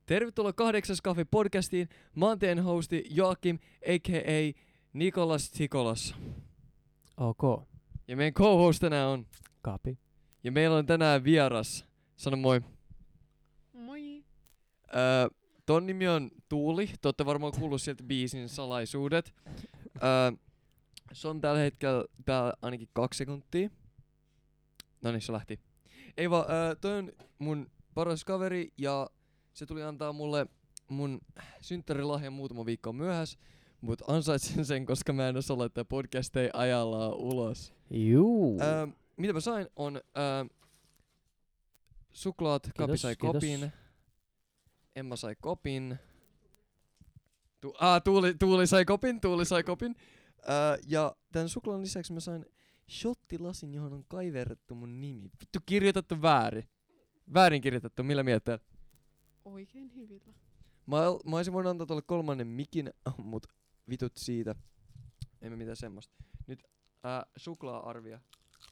Tervetuloa 8. Kahvi podcastiin. Mä oon teidän hosti Joakim, a.k.a. Nikolas Tsikolas. Ok. Ja meidän co-host tänään on Kapi. Ja meillä on tänään vieras. Sano moi. Moi. Ton nimi on Tuuli. Te ootte varmaan kuullut sieltä biisin salaisuudet. Se on tällä hetkellä täällä ainakin 2 sekuntia. Noniin, se lähti. Ei vaan, toi on mun paras kaveri ja se tuli antaa mulle mun synttärilahjan muutama viikko myöhässä. Mut ansaitsen sen, koska mä en osaa laittaa podcasteja ajallaan ulos. Juu. Mitä mä sain on suklaat, Kapi sai kopin. Emma sai kopin. Tuuli sai kopin. Ja tän suklaan lisäksi mä sain shottilasin, johon on kaiverrettu mun nimi. Vittu, kirjoitettu väärin. Väärin kirjoitettu, millä miettää? Oikein hyvillä. Mä oisin voinut antaa tuolle 3. mikin, mut vitut siitä. Emme mitään semmoista. Nyt suklaa-arvia.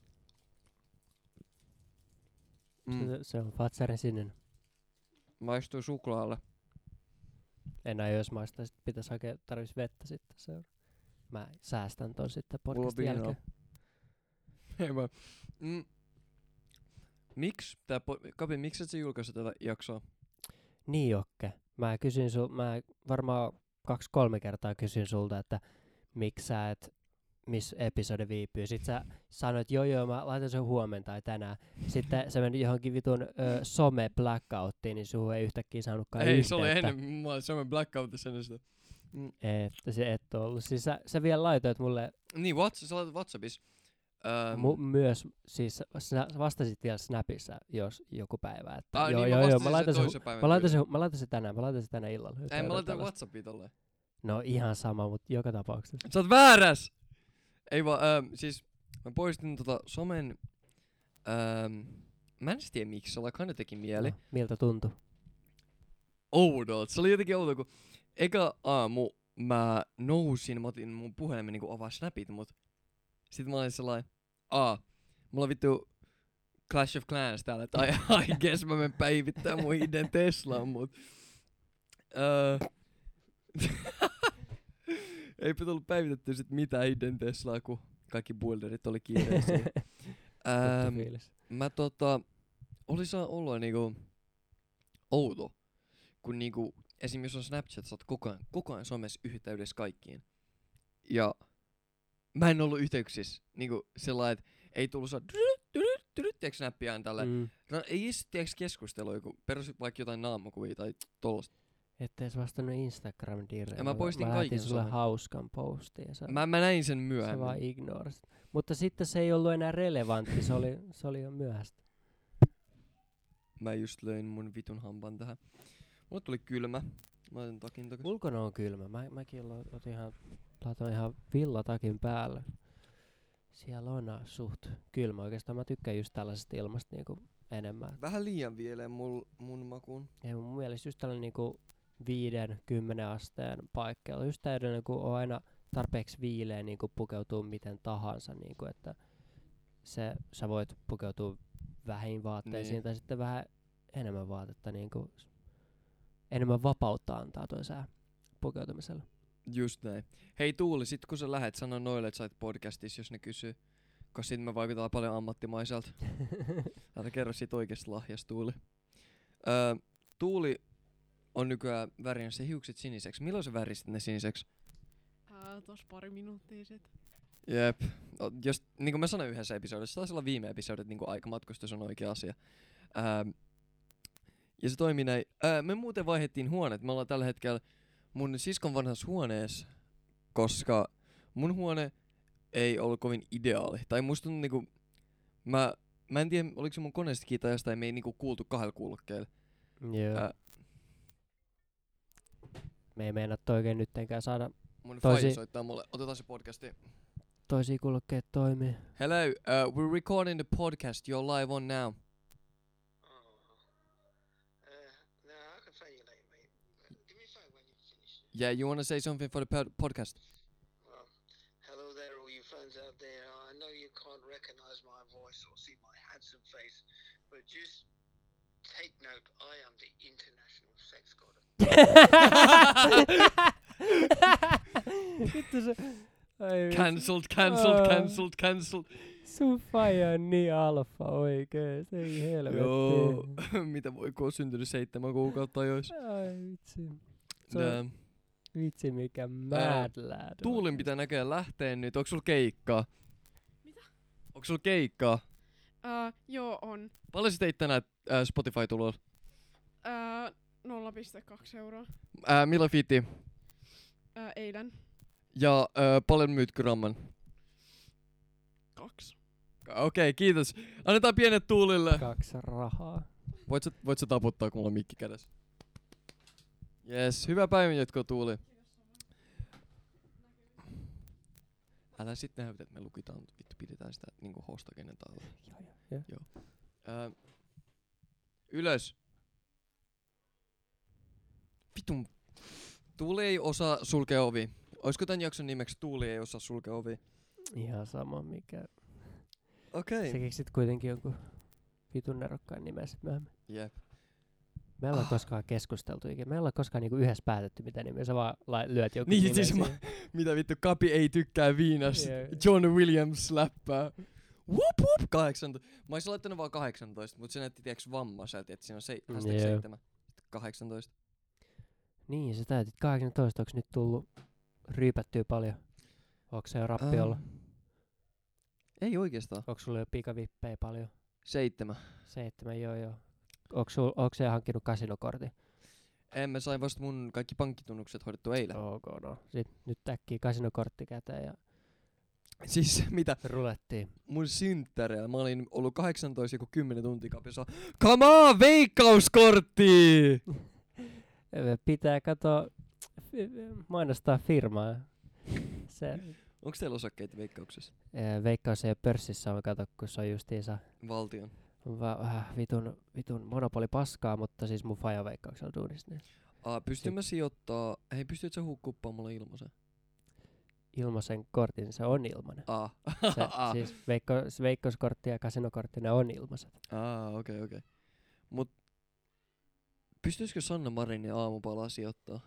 Se on Fatsarin sininen. Maistuu suklaalle. En aio jos maistaa, sit pitäis hakea, tarvis vettä sitten seuraa. Mä säästän ton sitten podcastin jälkeen. Ei vaan. Kapi, miksi et sä julkaise tätä jaksoa? Niin Jokke, mä varmaan 2-3 kertaa kysyin sulta, että miksi sä et, missä episode viipyy. Sitten sä sanoit, että joo, mä laitan sen huomenna tai tänään. Sitten se meni johonkin vitun some blackouttiin, niin suhu ei yhtäkkiä saanutkaan Ei, yhteyttä. se oli ennen, mä olin some blackoutissa ennen sitä. Että se et ollut. Siis sä vielä laitoit mulle... Niin, sä laitat WhatsAppissa. Myös, siis sä vastasit vielä Snapissa jos joku päivä, että mä laitan sen tänään illalla. Ei, mä laitan WhatsAppia tolleen. No ihan sama, mutta joka tapauksessa. Sä oot vääräs! Ei vaan, siis mä poistin somen, mä en tiedä miksi, se aina teki mieli. No, miltä tuntui? Oudolta, se oli jotenkin outo, kun eka aamu mä nousin, mä otin mun puhelimen niinku avaa Snapit, mut sit mä olin sellainen, mulla on vittu Clash of Clans täällä, että I guess mä menen päivittää mun Hidden Teslaan, mut eipä tullut päivitettyä sit mitään Hidden Teslaa, kun kaikki builderit oli kiireisiä. Mä oli saa olla niinku outo, kun niinku esim. Jos on Snapchat, sä oot koko ajan somessa yhteydessä kaikkiin. Ja mä en ollut yhteyksissä niinku sellainen, että ei tullut saa tiiäks snappiään tälleen. No ei edes tiiäks keskustelua, kun perusit vaikka jotain naamakuvia tai tollaista. Ette edes vastannut Instagram-direen. Ja mä poistin mä kaiken sulle somen. hauskan postin. Mä näin sen myöhemmin. Sä vaan ignorasit. Mutta sitten se ei ollut enää relevantti, se oli jo myöhäistä. Mä just löin mun vitun hampan tähän. Mulle tuli kylmä. Mä otin takin takas. Ulkona on kylmä. Mäkin laitoin ihan villatakin päälle. Siellä on suht kylmä. Oikeastaan mä tykkään just tällaisesta ilmasta niinku enemmän. Vähän liian vielä mun makuun. Ja mun mielestä just tällainen niinku 5-10 asteen paikkeilla. Just täydellinen, kun on aina tarpeeksi viileä niinku pukeutuu miten tahansa. Niinku, että sä voit pukeutua vähin vaatteisiin niin. Tai sitten vähän enemmän vaatetta. Niinku, enemmän vapautta antaa toi sää pukeutumisella. Just näin. Hei Tuuli, sit kun sä lähet, sano noille, että sä oot podcastissa, jos ne kysyy. Koska sit me vaikutaan paljon ammattimaiselta. Älä kerro siitä oikeesta lahjasta, Tuuli. Tuuli on nykyään värinyt se hiukset siniseksi. Milloin sä värisit ne siniseksi? Tos pari minuuttia sit. Jep. Jos, niin kuin mä sanoin yhdessä episodissa, taisi olla viime episodi, että niin aikamatkustus on oikea asia. Ja se toimi näin. Me muuten vaihdettiin huoneet. Me ollaan tällä hetkellä mun siskon vanhassa huoneessa, koska mun huone ei ollut kovin ideaali. Tai musta tuntuu niinku, mä en tiedä oliko se mun koneesta kiinni tai jostain, me ei niinku kuultu 2 kuulokkeella. Joo. Me ei meinattu oikein nyttenkään saada Mun faija soittaa mulle, otetaan se podcasti. Toisia kuulokkeet toimii. Hello, we're recording the podcast, you're live on now. No, I can phone you later, mate. Give me a phone when you finish. Yeah, you wanna say something for the podcast? Well, hello there, all you fans out there. I know you can't recognize my voice or see my handsome face, but just take note, I am the international sex god Vittu se... Ai vitsi. Cancelled. Sun faija on niin alfa oikeesti, ei helvetti. Joo, mitä voi, kun on syntynyt 7 kuukautta ajoissa. Ai vitsi. Se on vitsi mikä mad lad. Tuulin pitää näköjään lähteä nyt. Onks sul keikkaa? Mitä? Onks sul keikkaa? Joo, on. Paljon sä teit tänään Spotify-tulolla? 0,2 euroa. Milloin fiitti? Eilen. Ja paljon myyt gramman? 2. Okei, kiitos. Annetaan pienet Tuulille. 2 rahaa. Voit sä taputtaa, kun mulla on mikki kädessä? Jes, hyvää päivänjatkoa Tuuli. Älä sit näytä, että me lukitaan, vittu pidetään sitä niinku hosta kenen taalla. Joo. Ylös. Vittu. Tuuli ei osaa sulkea ovi. Oisko tän jakson nimeksi Tuuli ei osaa sulkea ovi? Ihan sama mikä. Okei. Sä keksit kuitenkin jonkun vitun nerokkaan nimen sit myöhemmin. Jep. Me ei olla koskaan keskusteltu ikinä. Me ei olla koskaan niinku yhdessä päätetty mitä nimeä. Sä vaan lyöt joku Niin nimen siis siihen. mitä vittu, Kapi ei tykkää viinasta. Joo. John Williams läppää. Whoop 18. Mä oisin laittanut vaan 18, mut se näytti tiiäks vammaiselta, että siinä on hashtag Joo. 7. 18. Niin, sä täytit 18. Onks nyt tullut ryypättyä paljon? Onks se jo rappiolla? Ei oikeastaan. Onks sulla jo pikavippejä paljon? 7. 7, joo. Onks se hankkinut kasinokortin? Mä sain vasta mun kaikki pankkitunnukset hoidettu eilen. Ok, no. Sitten nyt äkkiä kasinokortti käteen ja Siis mitä? rulettiin. Mun synttäreillä. Mä olin ollut 18 joku 10 tuntia kapissa. Come on, veikkauskortti! Pitää mainostaa firmaa. Se, Onks teillä osakkeita veikkauksessa? Veikkaus ei ole pörssissä, on kun se on justiinsa Valtion. vitun monopoli paskaa, mutta siis mun faja veikkauksella duunissa. Niin Pystyn mä sijoittaa... Hei, pystyt sä kuppaa mulle ilmaisen? ilmaisen kortin, se on ilmanen. Siis veikkauskortti ja kasinokortti, ne on ilmaiset. Okei. Mut pystyisikö Sanna Marinin aamupalaa sijoittaa?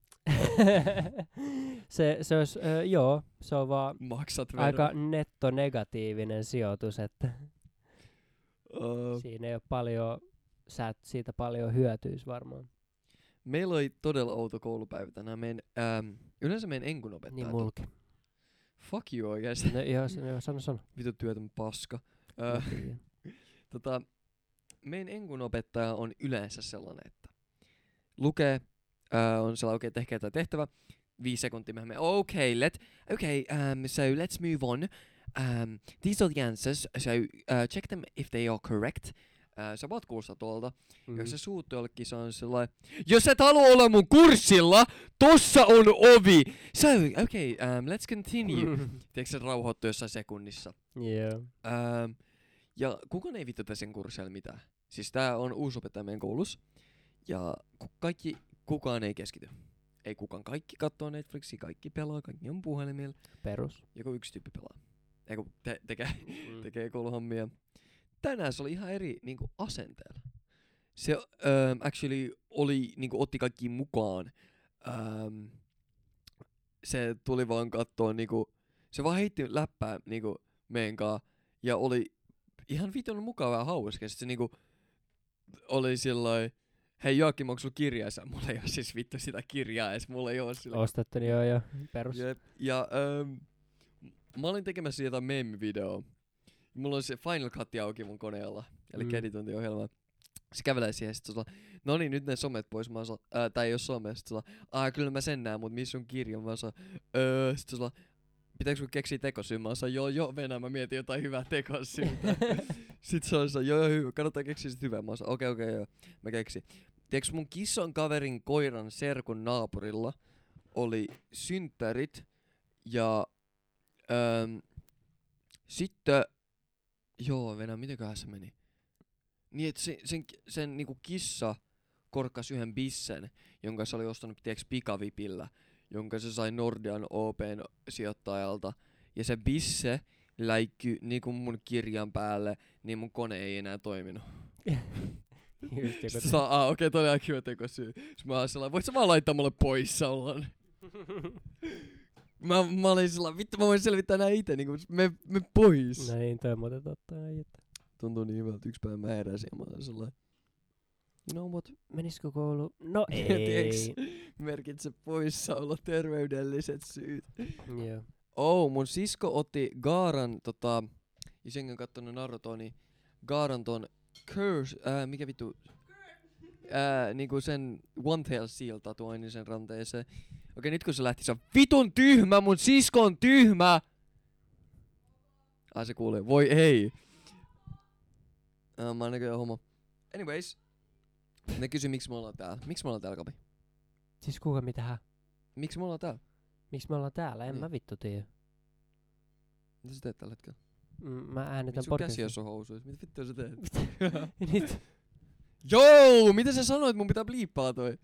se olisi, joo, se on vaan Maksat veron. aika nettonegatiivinen sijoitus, että siinä ei ole paljon, sä et siitä paljon hyötyis varmaan. Meillä oli todella outo koulupäivä tänään. Yleensä meidän enkun opettaja. Niin mulki. Fuck you oikeesti. No joo, sano. Vitu työtön paska. Mä tiedän. Meidän enkun opettaja on yleensä sellainen, että lukee, on sellainen oikein tehkää tämä tehtävä, 5 sekuntia myöhemmin, so let's move on. These are the answers, so check them if they are correct. Sä voit kuulostaa tuolta. Jos se suuttuu jollekin, se on sellainen, jos et halua olla mun kurssilla, tossa on ovi. So, let's continue. Tiedätkö se rauhoittuu jossain sekunnissa. Joo. Ja kukaan ei vittu sen kurssilla mitään. Siis tää on uusi opettaja meidän koulussa. Ja kukaan ei keskity. Ei kukaan. Kaikki katsoo Netflixia, kaikki pelaa, kaikki on puhelimilla. Perus. Joku yksi tyyppi pelaa. Eiku tekee kouluhommia. Tänään se oli ihan eri niinku asenteella. Se actually oli niinku otti kaikki mukaan. Se tuli vaan kattoo niinku, se vaan heitti läppää niinku meidän kaa ja oli ihan vitun mukava ja hauska. Sit se niinku oli sillai, hei Joakim, onko sulla kirjaa? Mulla ei oo siis vittu sitä kirjaa edes, mulla ei oo sillä. Ostettu, niin joo, perus. Jep. Ja mä olin tekemässä jotain meemivideoa. Mulla on se Final Cut auki mun koneella, eli editointiohjelma. Se kävelee siihen, sit se no niin, nyt ne somet pois. Mä oon tai ei oo some. Sit se kyllä mä sen näen, mut missä on kirja? Mä oon sit se pitääkö sun keksiä tekosyyn? Mä oon joo, Venä, mä mietin jotain hyvää tekosyytä. Sit se on joo, hyvä, kannattaa keksiä sit hyvää. Mä oon okei, joo, mä keksin. Tiedätkö mun kissan kaverin koiran serkun naapurilla oli synttärit ja sitten joo, Venä, mitenköhän se meni? Niin, et sen niinku kissa korkkasi yhden bissen, jonka se oli ostanut pikavipillä, jonka se sai Nordean Open sijoittajalta. Ja se bisse läikky niinku mun kirjan päälle, niin mun kone ei enää toiminut. Just joku Okei, toi oli aika hyvä tekosyy. Mä olin sellainen, voit sä vaan laittaa mulle poissaolon? Mä olin sellainen, vittu mä voin selvittää nää ite, niinku me pois. No niin, toi on muuten totta. Ai että. Tuntuu niin hyvältä, yksi päivä mä heräsin ja mä olin sellainen, you know what? Menisikö koulu? No Tiiäks, ei. merkitse poissaolo, terveydelliset syyt. Joo. Mun sisko otti Gaaran, jos jengi on kattonut Narutoa, niin Gaaran ton Curse, mikä vittu, niinku sen One Tail Seal tatuoinnin sen ranteeseen. Okei, nyt kun se lähti, se on vitun tyhmä, mun sisko on tyhmä! Se kuulee, voi ei. Mä oon näköjään homo. Anyways, ne kysyi miksi me ollaan täällä. Miksi me ollaan täällä, Kapi? Siis kuka mitähän? Miksi me ollaan täällä? Miksi me ollaan täällä? En Niin. mä vittu tiedä. Mitä sä teet tällä hetkellä? Mä äänitän Miksi sun käsi podcastia. on housuissa? Mitä vittua sä teet? Nyt. Joo, mitä sä sanoit? Mun pitää bliippaa toi.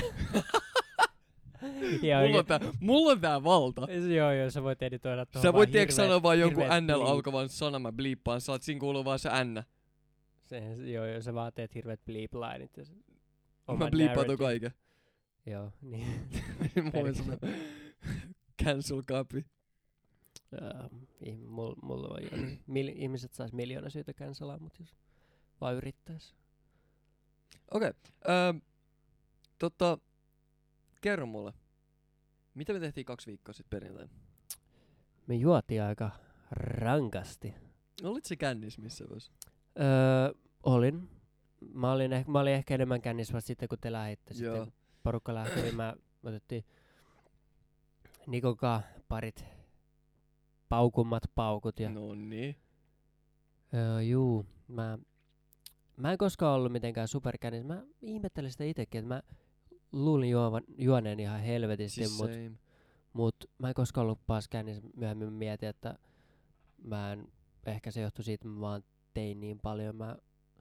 Joo, Mulla on tää valta. joo, sä voit editoida tuohon Sä vaan voit tiiäks hirveet- sanoa vaan jonkun hirveet NL bleep. alkavan sanan mä bliippaan. Saat siinä kuuluu vaan se N. Joo, sä vaan teet hirveet bleep-lineit. Ja Mä bliippaan ton kaiken. Joo, niin. Mä voin sanoa. Cancel Kapi. Mulla on jo. Ihmiset sais miljoona syytä cancelaa, mut jos vaan yrittäis. Okei. Kerro mulle. Mitä me tehtiin 2 viikkoa sitten perjantaina? Me juotiin aika rankasti. Olit se kännis missä vaiheessa? Olin. Mä olin ehkä enemmän kännissä vasta sitten, kun te lähditte. Sitten Joo. kun porukka lähti, niin mä otettiin Nikonkaan parit paukummat paukut. Ja, No niin. juu, mä en koskaan ollut mitenkään superkännissä. Mä ihmettelin sitä itekin, että mä luulin juoneen ihan helvetisti, Siis mut same. mä en koskaan ollut paas kännissä. Myöhemmin mietin, että ehkä se johtui siitä, että mä vaan tein niin paljon. Mä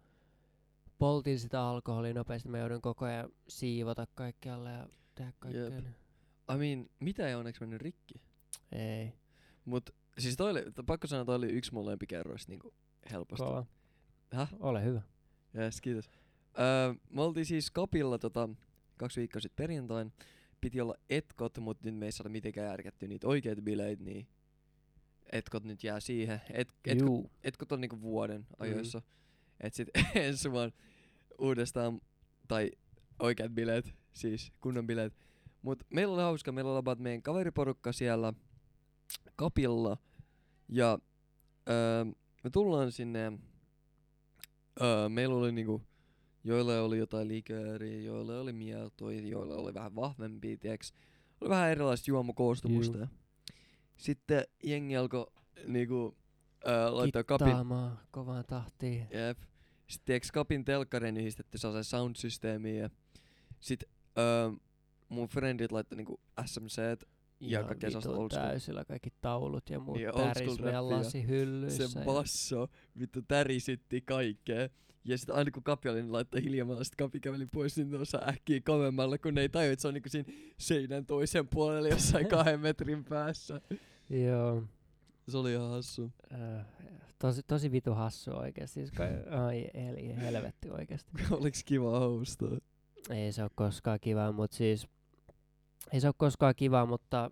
poltin sitä alkoholia nopeasti. Mä joudun koko ajan siivota kaikkialle ja tehdä kaikkea. Jep. Niin. I mean, mitä ei onneksi mennyt rikki. Ei. Mut siis pakko sanoa, toi oli yksi mun lempikerroista niinku helposti. Kova. Häh? Ole hyvä. Jes, kiitos. Me oltiin siis Kapilla 2 viikkoa sit perjantain. Piti olla etkot, mut nyt me ei saada mitenkään järkättyä niitä oikeita bileitä, niin etkot nyt jää siihen. Juu. Etkot on niinku vuoden ajoissa. Et sit ensi vuonna uudestaan, tai oikeat bileet, siis kunnon bileet. Mut meillä oli hauska, meillä oli about meidän kaveriporukka siellä Kapilla. Ja me tullaan sinne, meillä oli niinku, joilla oli jotain likööriä, joilla oli mietoja, joilla oli vähän vahvempia, tiiäks. Oli vähän erilaista juomakoostumusta. Ja sitten jengi alkoi niinku laittaa kapin. Kittaamaan kovaan tahtiin. Jep. Sitten tiiäks kapin telkkariin yhdistetty sellaisen sound-systeemiin ja sit mun friendit laittoi niinku SMCt ja kaikkea sellaista old school. Täysillä kaikki taulut ja muut Ja old täris school meidän rappia. lasihyllyissä. Se basso vittu tärisytti kaikkea. Ja sit aina kun Kapi oli, niin laittoi hiljamalla, sit Kapi käveli pois niin tuossa äkkiä kovemmalla, kun ne ei tajua, että se on niinku siinä seinän toisen puolella jossain 2 metrin päässä. Joo. Se oli ihan hassu. Tosi vitu hassu oikeesti. Siis ai eli helvetti oikeesti. Oliks kiva houstaa? Ei se oo koskaan kivaa, mutta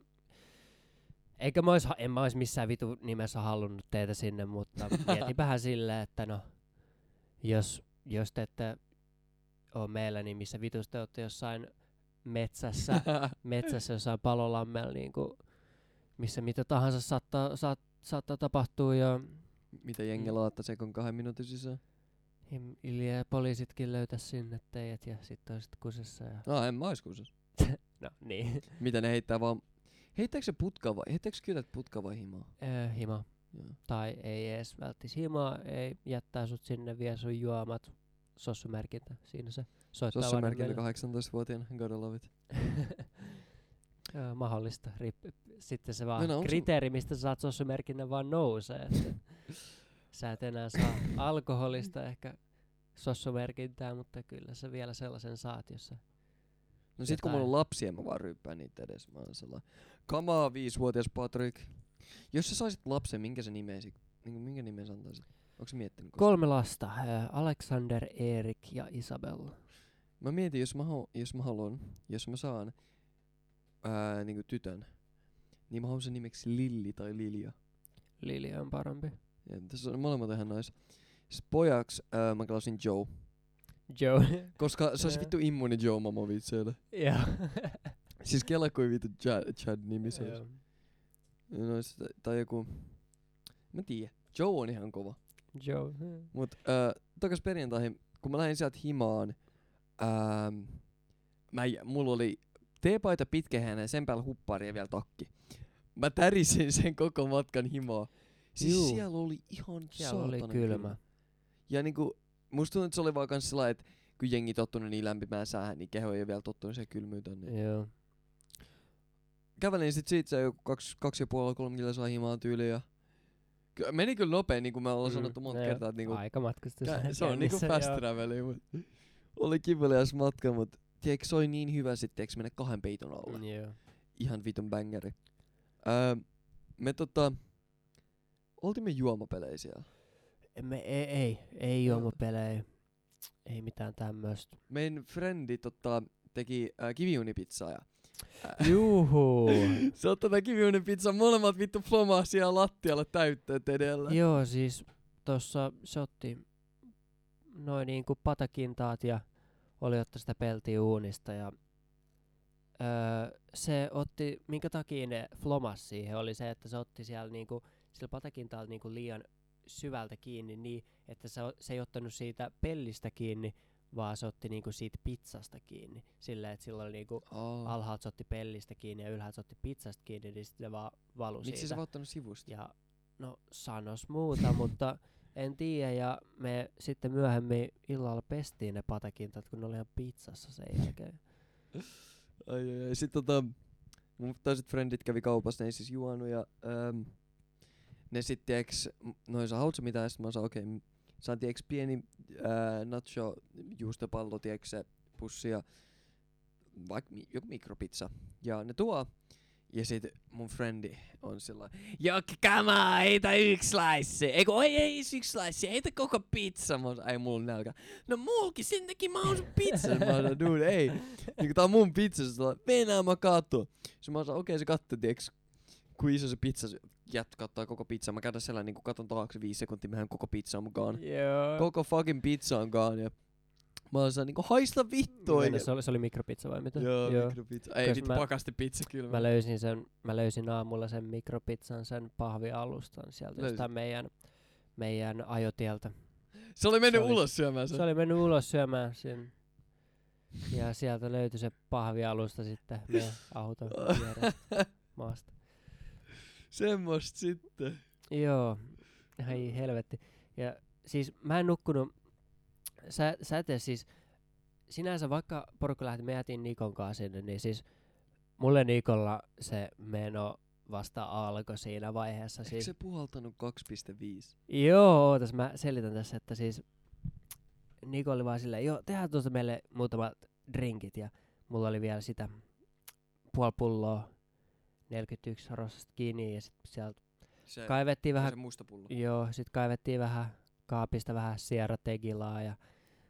en mä ois missään vitu nimessä halunnut teitä sinne, mutta mietinpähän silleen, että no, jos te ette oo meillä, niin missä vitus te ootte jossain metsässä jossain palolammella, niinku, missä mitä tahansa saattaa tapahtua ja Mitä jengi laattaa sekon 2 minuutin sisään? ja poliisitkin löytäis sinne teidät ja sit toiset kusessa. Ja En mä ois kuusas. no niin. Mitä ne heittää vaan? Heittääkö se putkaa vai? Heittääkö kytät putkaa vai himaa? Hima. Joo. Tai ei edes välttis himaa, ei jättää sut sinne, vie sun juomat. Sossumerkintä, siinä se soittaa Sossumerkintä 18-vuotiaana, gotta love it. Joo, mahdollista. Sitten se vaan No, onks kriteeri, mistä sä saat sossumerkinnän vaan nousee. Että sä et enää saa alkoholista ehkä sossumerkintää, mutta kyllä sä vielä sellaisen saat, jos sä No sit kun mulla on lapsia, mä vaan ryyppään niitä edes. Mä oon sellainen, kamaa 5-vuotias Patrick. Jos sä saisit lapsen, minkä sä nimesit? Minkä nimen sä antaisit? Onks miettinyt? 3 lasta. Alexander, Erik ja Isabel. Mä mietin, jos mä saan niinku tytön, niin mä haluan sen nimeksi Lilli tai Lilja. Lilia on parempi. Ja tässä on molemmat ihan nais. Sitten pojaksi mä kelasin Joe. Joe. Koska se olisi vittu immuuni Joe Momo vitseille. Joo. Siis kela kuin vittu Chad nimi se olisi. Joo. No, tai joku... Mä tiedän. Joe on ihan kova. Joe. Mut takas perjantaihin, kun mä lähdin sieltä himaan, mulla oli teepaita pitkähänä ja sen päällä huppari ja vielä takki. Mä tärisin sen koko matkan himaa. Siis Juu. siellä oli ihan Siellä oli saatanan kylmä. Ja niinku, musta tuntuu, että se oli vaan kans sellainen, että kun jengi tottunut niin lämpimään säähän, niin keho ei ole vielä tottunut siihen kylmyyteen. Niin. Joo. Kävelin sit siitä se joku 2,5-3 kilsaa himaa tyyliin ja meni kyllä nopea, niin kuin me ollaan sanottu monta kertaa, että niinku, Aikamatkustus. se on niinku fast traveli, mut oli kivelias matka, mut tiedätkö, se oli niin hyvä sit, tiedätkö, mennä 2 peiton alle. Joo. Ihan vitun bangeri. Me oltiin me juomapelejä siellä. Ei juomapelejä. Ei mitään tämmöstä. Meidän frendi teki kivijuunipizzaa ja Juhu. se otti tätä kivijuunipizzaa, molemmat vittu flomaa siellä lattialla täytteet edellä. Joo, siis tossa se otti noin niinku patakintaat ja oli ottaa sitä peltiä uunista ja se otti, minkä takia ne flomas siihen, oli se, että se otti siellä niinku, sillä patakintaalta niinku liian syvältä kiinni niin, että se ei ottanut siitä pellistä kiinni, vaan se otti niinku siitä pizzasta kiinni. Silleen, että sillä oli niinku alhaalta se otti pellistä kiinni ja ylhäältä se otti pizzasta kiinni, niin sitten se vaan valui Miksi siitä. se ottanut sivusta? Ja no sanos muuta, mutta en tiedä. Ja me sitten myöhemmin illalla pestiin ne patakintat, kun ne oli ihan pizzassa sen jälkeen. Ai. Sitten mun toiset frendit kävi kaupassa, ne ei siis juonut ja ne sit tiiäks, noin saa hautsa mitään, ja sit mä saan saan tiiäks pieni nacho juustopallo, tiiäks se pussi ja joku mikropizza. Ja ne tuo, ja sit mun frendi on sellainen, Jokki, kamaa, heitä yksi slice. Ei yksi slice, heitä koko pizza. Mä oon, ei mulla nälkä. No mulki, sen takia mä oon sun pizza. Mä oon, dude, ei. Niinku tää on mun pizza, se on, mennään mä katsoin. Se mä oon, okei, se kattoo, tiiäks, kuin iso se pizza, kattaa koko pizza. Mä käydän sellainen, niinku katon taakse 5 sekuntia, mehän koko pizza on mukaan. Joo. Koko fucking pizza on kaan, ja mä oon saa niinku haista vittua. Se oli mikropizza vai mitä? Joo. Mikropizza. Ei vittu mä- pakastepizza kyllä. Mä löysin aamulla sen mikropizzan, sen pahvialustan sieltä Löysit? jostain meidän ajotieltä. Se oli mennyt Se oli- ulos syömään sen. Se oli mennyt ulos syömään sen. Ja sieltä löytyi se pahvialusta sitten meidän auton vierestä maasta. Semmosta sitten. Joo, ai helvetti. Ja siis mä en nukkunut, sä et edes siis, sinänsä vaikka porukka lähti, me jätin Nikon kanssa sinne, niin siis mulle Nikolla se meno vasta alkoi siinä vaiheessa. Eikö Siis, se puhaltanut 2,5? joo, ootas mä selitän tässä, että siis Niko oli vaan silleen, joo, tehdään tuosta meille muutamat drinkit ja mulla oli vielä sitä puoli pulloa 41 rosasta kiinni ja sit sieltä Se, kaivettiin vähän. se musta pullo. Joo, sit kaivettiin vähän kaapista vähän Sierra Tegilaa ja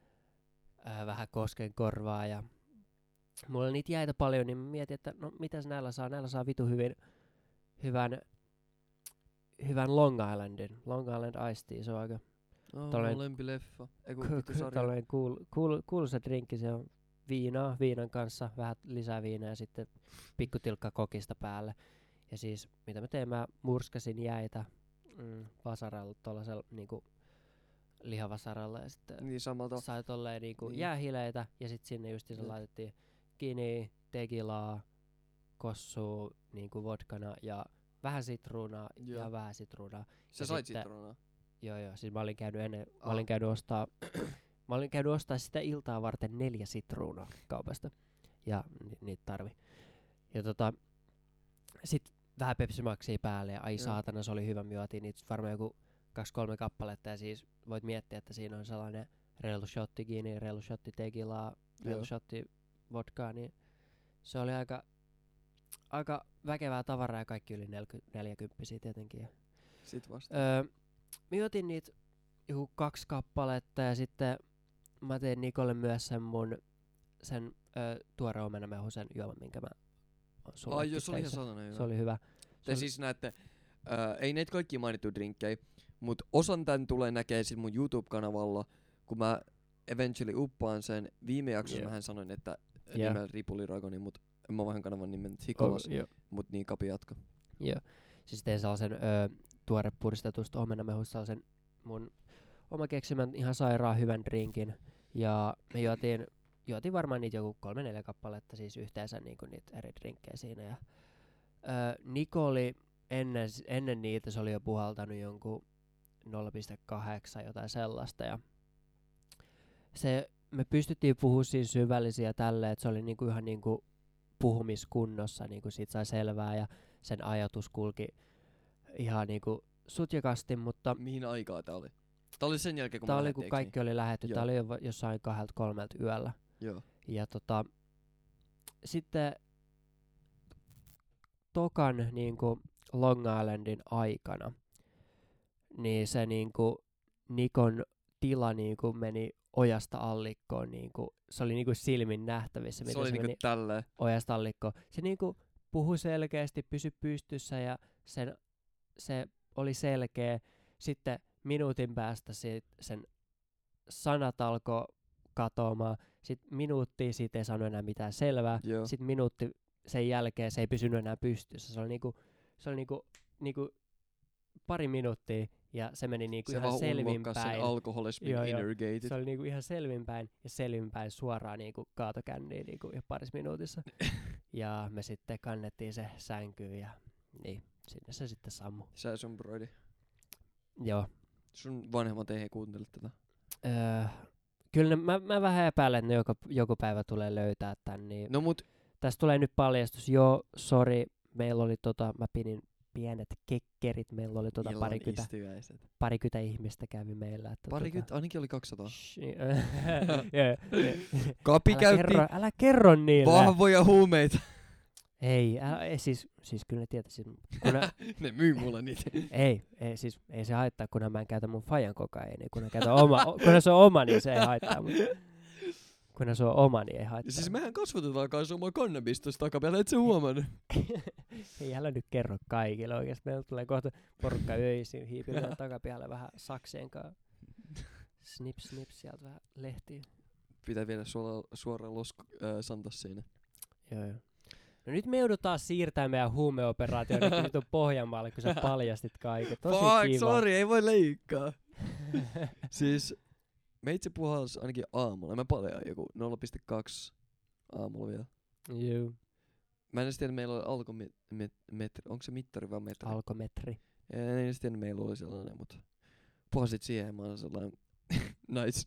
vähän Koskenkorvaa ja mulla oli niitä jäitä paljon, niin mä mietin, että no mitäs näillä saa? Näillä saa vitu hyvän Long Islandin. Long Island Iced Tea, se on aika Mun lempileffa. Eiku vittu sarja. tällainen kuuluisa drinkki, se on viinan kanssa, vähän lisää viinaa ja sitten pikkutilkka kokista päälle. Ja siis, mitä mä tein, mä murskasin jäitä vasaralla, tuollaisella niinku lihavasaralla ja sitten Niin samalta. sai tolleen niinku Niin. jäähileitä ja sitten sinne justiinsa Jep. laitettiin gini, tegilaa, kossua niinku vodkana ja vähän sitruunaa Joo. ja vähän sitruunaa. Se Ja sait sitten- sitruunaa. Joo, siis mä olin käynyt ennen, mä Ah. olin käynyt ostaa sitä iltaa varten 4 sitruunaa kaupasta. Ja niitä tarvi. Ja sit vähän Pepsi Maxia päälle ja ai Joo. saatana, se oli hyvä. Me juotiin niitä varmaan joku 2-3 kappaletta ja siis voit miettiä, että siinä on sellainen reilu shotti gini, reilu shotti tegilaa, reilu Joo. shotti vodkaa, niin se oli aika väkevää tavaraa ja kaikki yli 40 tietenkin. Ja Sit vasta. me juotiin niitä joku 2 kappaletta ja sitten mä tein Nikolle myös sen tuore omenamehusen juoman, minkä mä oon sullekin Ai jos oli tein ihan sen. satana hyvä. Se oli hyvä. Te siis näette, ei näitä kaikki mainittu drinkkejä, mut osan tän tulee näkee sit mun YouTube-kanavalla, kun mä eventually uppaan sen. Viime jaksossa mähän sanoin, että nimellä Ripuli Ragoni, mut mä vaihdan kanavan nimen Hikolas, mut niin Kapi jatka. Joo. Siis tein sellaisen tuore puristetusta omenamehusta sellaisen mun oma keksimän ihan sairaan hyvän drinkin. Ja me juotiin varmaan niitä joku 3-4 kappaletta siis yhteensä niinku niitä eri drinkkejä siinä. Ja Niko oli ennen niitä, se oli jo puhaltanut jonkun 0,8 jotain sellaista. Ja me pystyttiin puhumaan siinä syvällisiä tälleen, että se oli niinku ihan niinku puhumiskunnossa, niinku siitä sai selvää ja sen ajatus kulki ihan niinku sutjakasti, mutta Mihin aikaa tää oli? Tää oli sen jälkeen, kun tää mä oli lähdettiin, kun kaikki oli lähetty, Joo. tää oli jo jossain 2-3 yöllä. Joo. Ja sitten tokan niinku Long Islandin aikana, niin se niinku Nikon tila niinku meni ojasta allikkoon, niinku, se oli niinku silmin nähtävissä, Se miten oli se niinku meni tälleen. ojasta allikkoon. Se niinku puhui selkeästi, pysyi pystyssä ja se oli selkeä. Sitten minuutin päästä sen sanat alkoi katoamaan. Sitten minuuttia siitä ei saanut enää mitään selvää. Joo. Sitten minuutti sen jälkeen se ei pysynyt enää pystyssä. Se oli niinku pari minuuttia ja se meni niinku Se ihan vaan unlockas sen selvinpäin. alkoholismin Joo, joo. innergated. Se oli niinku ihan selvinpäin suoraan niinku kaatokänniin niinku ihan parissa minuutissa. Ja me sitten kannettiin se sänkyyn ja niin, sinne se sitten sammui. Sä ja sun broidi. Joo. Sun vanhemmat ei kuuntele tätä. Kyllä mä vähän epäilen, että ne joku päivä tulee löytää tän. Niin No mut tästä tulee nyt paljastus. Joo, sori. Meillä oli mä pidin pienet kekkerit. Meillä oli illan istiväiset. parikymmentä ihmistä kävi meillä. Että Parikymmentä, ainakin oli 200. Kapi käytti älä kerro niille. vahvoja huumeita. Ei, siis kyllä ne tietäisi. Ne myy mulle niitä. Ei se haittaa, kunhan mä en käytä mun fajan kokaiini. Kunhan se on oma, niin se ei haittaa. Kunhan se on oma, niin ei haittaa. Siis mehän kasvatetaan kanssa omaa kannabista tossa takapäällä, et sä huomannut. Ei älä nyt kerro kaikille oikeesti. Meillä tulee kohta porukka öisin hiipimään takapihalle vähän sakseen kanssa. Snip sieltä vähän lehtiä. Pitää viedä suoraan Santos siinä. Joo. No nyt me joudutaan siirtämään meidän huumeoperaatioon nyt on Pohjanmaalle, kun sä paljastit kaiken. Tosi kiva. Sorry, ei voi leikkaa. Siis meitsi puhalsi ainakin aamulla. Mä paljaan joku 0,2 aamulla vielä. Joo. Mä en edes tiedä, meillä oli alkometri. Onko se mittari vai metri? Alkometri. En edes tiedä, meillä oli sellainen, mutta puhasit siihen. Mä olin sellainen nice.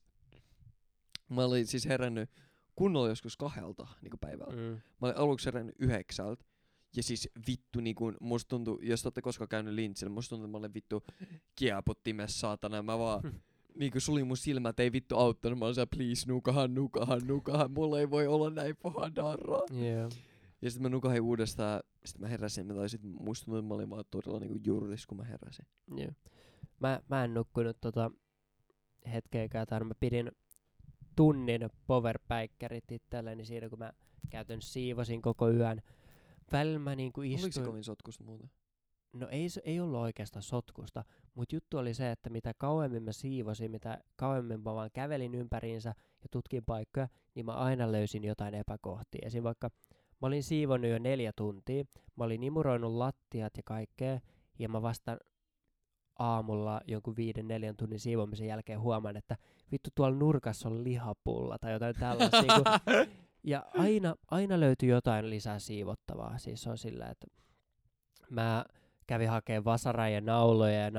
Mä olin siis herännyt kunnolla joskus 2 niinku päivällä. Mä olin aluksi herännyt 9. Ja siis vittu niinku, musta tuntui, jos te ootte koskaan käynyt lintsillä, musta tuntui, että mä olin vittu kieputtimessa saatana. Mä vaan niinku sulin mun silmät, ei vittu auttanut. Mä olin siellä, please nukahan. Mulla ei voi olla näin paha darra. Yeah. Ja sit mä nukahin uudestaan, sit mä heräsin, musta tuntui, että mä olin vaan todella niinku juuris, kun mä heräsin. Yeah. Mä en nukkunut hetkeäkään, mä pidin tunnin powerpäikkärit itselleni siinä, kun mä käytännössä siivosin koko yön. Välillä mä niinku istuin. Oliko se kovin sotkusta muuten? No ei ollut oikeastaan sotkusta, mutta juttu oli se, että mitä kauemmin mä siivosin, mitä kauemmin mä vaan kävelin ympäriinsä ja tutkin paikkoja, niin mä aina löysin jotain epäkohtia. Esim. Vaikka mä olin siivonnut jo 4 tuntia, mä olin imuroinut lattiat ja kaikkea, ja mä vasta aamulla jonkun 5-4 tunnin siivomisen jälkeen huomaan, että vittu tuolla nurkassa on lihapulla tai jotain tällaista. Ja aina löytyi jotain lisää siivottavaa. Siis se on sillä, että mä kävin hakemaan vasaraa ja nauloja ja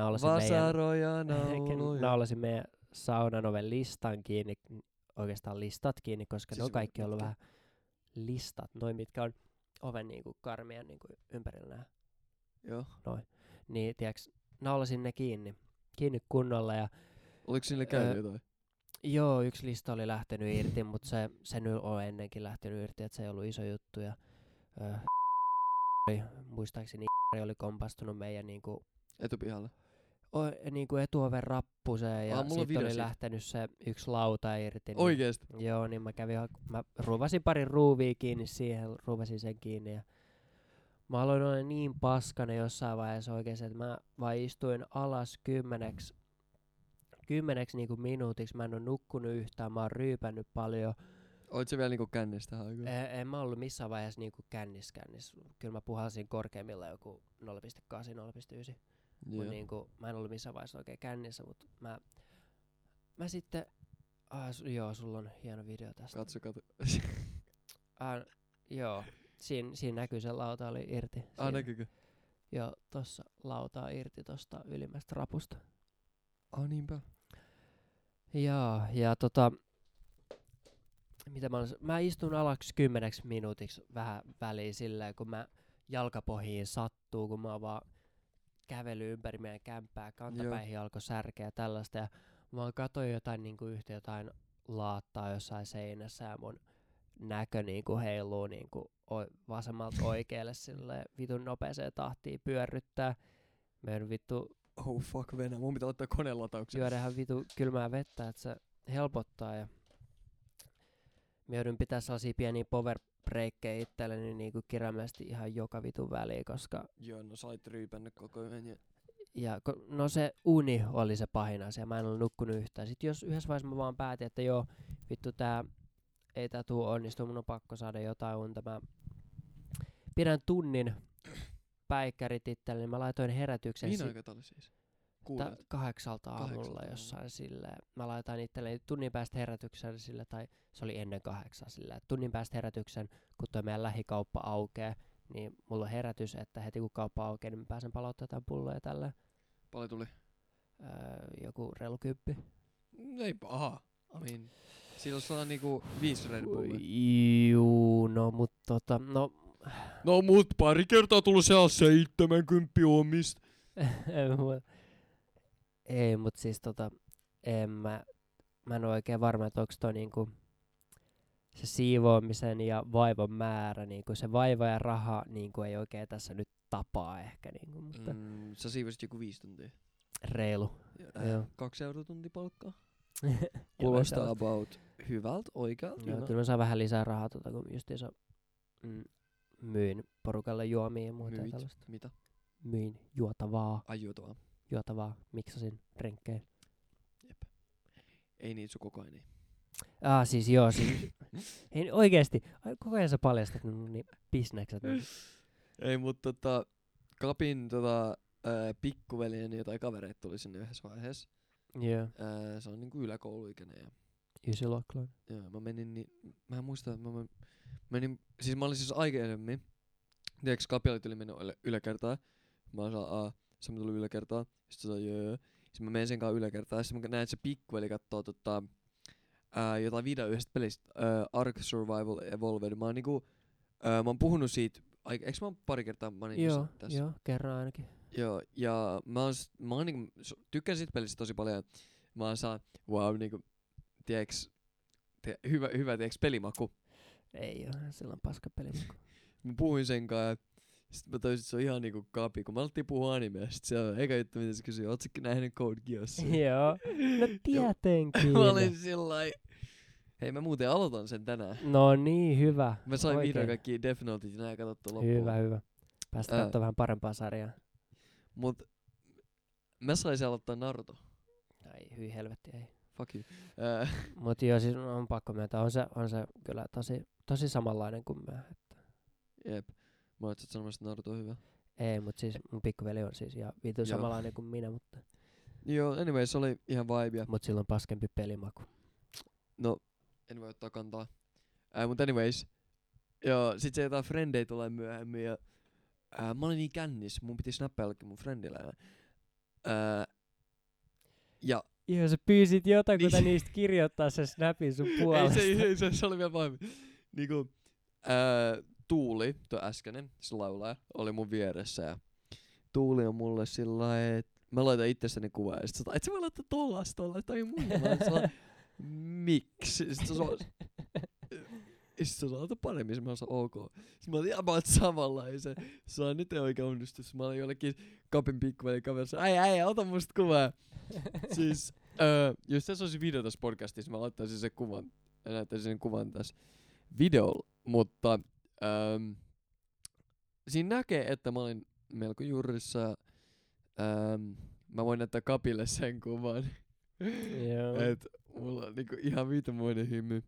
naulasin meidän saunan oven listan kiinni, oikeastaan listat kiinni, koska siis ne on kaikki ollut vähän listat, noin mitkä on oven niinku karmien niinku ympärillä nää. Joo. Noin. Niin tiiäks, naulasin ne kiinni kunnolla ja oliko sinne käynyt jotain? Joo, yksi lista oli lähtenyt irti, mutta se nyt on ennenkin lähtenyt irti, että se ei ollut iso juttu. Ja, muistaakseni oli kompastunut meidän niinku etupihalle. niinku etuoven rappuseen ja mulla on sit video oli siitä. lähtenyt se yksi lauta irti. Niin, Oikeesti? joo, niin mä ruuvasin pari ruuvia kiinni siihen, ruuvasin sen kiinni ja mä aloin olla niin paskanen jossain vaiheessa oikeesti, että mä vaan istuin alas 10 niinku minuutiksi. Mä en oo nukkunut yhtään, mä oon ryypännyt paljon. Oot sä vielä niinku kännissä tähän aikaan? En mä ollut missään vaiheessa niinku kännis. Kyllä mä puhalsin korkeimmillaan joku 0,8, 0,9. Joo. Mut niinku, mä en ollut missään vaiheessa oikein kännissä, mut mä sitten... joo, sulla on hieno video tästä. Katso. Joo, siinä näkyy se lauta oli irti. Näkyykö? Joo, tossa lauta on irti tosta ylimmästä rapusta. Niinpä. Joo, ja mitä mä istun alaksi 10 minuutiksi vähän väliin silleen, kun mä jalkapohjiin sattuu, kun mä vaan kävely ympäri meidän kämppää, kantapäihin alkoi särkeä tällaista, ja mä katsoin jotain niinku jotain laattaa jossain seinässä, ja mun näkö niinku heiluu niinku vasemmalta oikealle silleen vitun nopeeseen tahtiin pyörryttää. Meidän vittu Oh fuck Venä, mun pitää ottaa koneen latauksen. juoda ihan vitu kylmää vettä, että se helpottaa, ja mä joudun pitää sellaisia pieniä power breakkejä itselleni niinku kirjaimellisesti ihan joka vitun väliin, koska Joo, no sä olit ryypännyt koko ajan. no se uni oli se pahin asia, mä en ollut nukkunut yhtään. Sitten jos yhdessä vaiheessa mä vaan päätin, että joo, vittu ei tää tuu onnistu, mun on pakko saada jotain unta. Mä pidän tunnin päikkärit itselleni, niin mä laitoin herätyksen. Mihin aikaa tää oli siis? 8 aamulla Kahdeksalta jossain silleen. Mä laitan itselleni tunnin päästä herätyksen sille, tai se oli ennen 8 silleen. Tunnin päästä herätyksen, kun toi meidän lähikauppa aukee, niin mulla on herätys, että heti kun kauppa aukeaa, niin mä pääsen palauttamaan jotain pulloja tällä. Paljon tuli? Joku reilu 10. Ei paha. Niin. Siinä olisi sellainen niinku 5 Red Bullia. Juu, no mut No mut pari kertaa tullut siellä 70 omista. ei, mut siis mä en oo oikein varma, että onks toi niinku se siivoamisen ja vaivan määrä, niinku se vaiva ja raha niinku ei oikein tässä nyt tapaa ehkä niinku, mutta Sä siivosit joku 5 tuntia. reilu. Joo. 2 € tunti palkkaa. Jotain Kuulostaa sellaista. about hyvältä, oikealta. Joo, kyllä mä saan vähän lisää rahaa kun justiinsa myin porukalle juomia ja muuta Myit? tällaista. Mitä? Myin juotavaa, miksasin drinkkejä. Jep. Ei niitä sun koko ajan niin. Siis joo, siis ei oikeesti, koko ajan sä paljastat mun niin bisnekset. Ei mut Kapin pikkuveljeni jotain kavereita tuli sinne yhdessä vaiheessa. Joo, Se on niinku yläkouluikäinen ja ysiluokkalainen. joo, mä menin mä en muista, että mä menin, siis mä olin siis aikaisemmin, tiedätkö Kapialle tuli mennyt yläkertaan, mä osaan se tuli yläkertaan, sit se sanoi joo. Sitten mä menen sen kanssa yläkertaan, sit mä näen, että se pikkuveli kattoo jotain video yhdestä pelistä, Ark Survival Evolved. Mä oon puhunut siitä, eiks mä oon pari kertaa mainittu tässä? Joo, kerran ainakin. Joo, ja mä oon niinku, tykkään siitä pelistä tosi paljon. Mä oon niinku, tiiäks, hyvä tiiäks pelimaku. Ei oo, sillä on paska peli. Mä puhuin sen kanssa ja sit mä toisin, että se on ihan niinku Kapi, kun mä alettiin puhua animea. Sit se on eka juttu, mitä se kysyy, oot säkin nähnyt Code Geassia? Joo, no tietenkin. Mä olin sillai, hei mä muuten aloitan sen tänään. No niin, hyvä. Mä sain Oikein. vihdoin kaikki Death Notet ja nää katsottua loppuun. Hyvä. Päästään katsomaan vähän parempaa sarjaa. Mut mä saisin aloittaa Naruto. Ai hyi helvetti, ei. Fuck you. Mut joo, siis on pakko myöntää, on se kyllä tosi samanlainen kuin mä. Että. Jep. Mä oot sanomassa, että Naruto on hyvä. Ei, mut siis mun pikkuveli on siis ja vitu Joo. samanlainen kuin minä, mutta Joo, anyways, se oli ihan vibea. mut sillä on paskempi pelimaku. No, en voi ottaa kantaa. Mut anyways. Joo, sit se jotain frendejä tulee myöhemmin ja mä olin niin kännis, mun piti snappailla mun friendillä. Ja Joo, sä pyysit jotakuta Niin. niistä kirjoittaa se snapin sun puolesta. ei se oli vielä pahemmin. Niinku, Tuuli, tuo äskeinen, se laulaja, oli mun vieressä ja Tuuli on mulle sillai, että mä laitan itsestäni kuvaa ja sit et sä voi laittaa tollasta, toi mun. Mä oon sillai, miksi? Sit se Sitten se ota paremmin, se mä sanoin ok. Sitten mä olin about samanlaisen. Se on nyt oikein onnistus. Mä olin jollekin Kapin pikkuvelin kaverissa. Äijä, ota musta kuvaa. Siis, jos tässä olisi video tässä podcastissa, mä laittaisin sen kuvan. Näyttäisin sen kuvan tässä videolla. Mutta siinä näkee, että mä olin melko juurissa. Mä voin näyttää Kapille sen kuvan. Joo. Et mulla on niinku ihan vitomoinen hymy.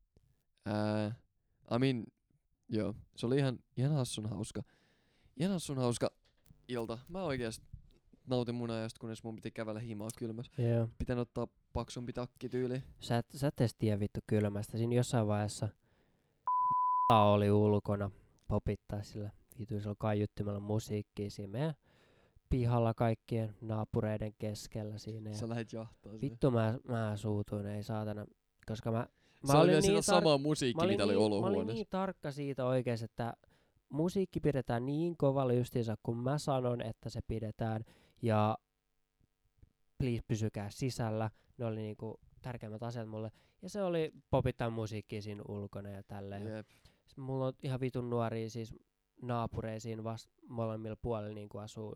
Joo, se oli ihan hassun hauska. Ihan hassun hauska ilta. Mä oikeesti nautin mun ajasta, kunnes mun piti kävellä himaa kylmässä. Joo. Pitän ottaa paksumpi takki tyyli. Sä et edes tiedä vittu kylmästä. Siinä jossain vaiheessa oli ulkona popittaa sillä vituisella kaiuttimella musiikkia siinä meidän pihalla kaikkien naapureiden keskellä siinä. Ja Sä lähet jahtaa sitä. vittu mä suutuin, ei saatana. Koska mä Se oli olin vielä niin sitä samaa musiikki, mitä oli mä olin olohuoneessa. niin tarkka siitä oikeesti, että musiikki pidetään niin kovalla justiinsa, kun mä sanon, että se pidetään. Ja please pysykää sisällä. Ne oli niinku tärkeimmät asiat mulle. Ja se oli popittaa musiikkia siinä ulkona ja tälleen. Jep. Mulla on ihan vitun nuoria siis naapureisiin molemmilla puolilla niinku asuu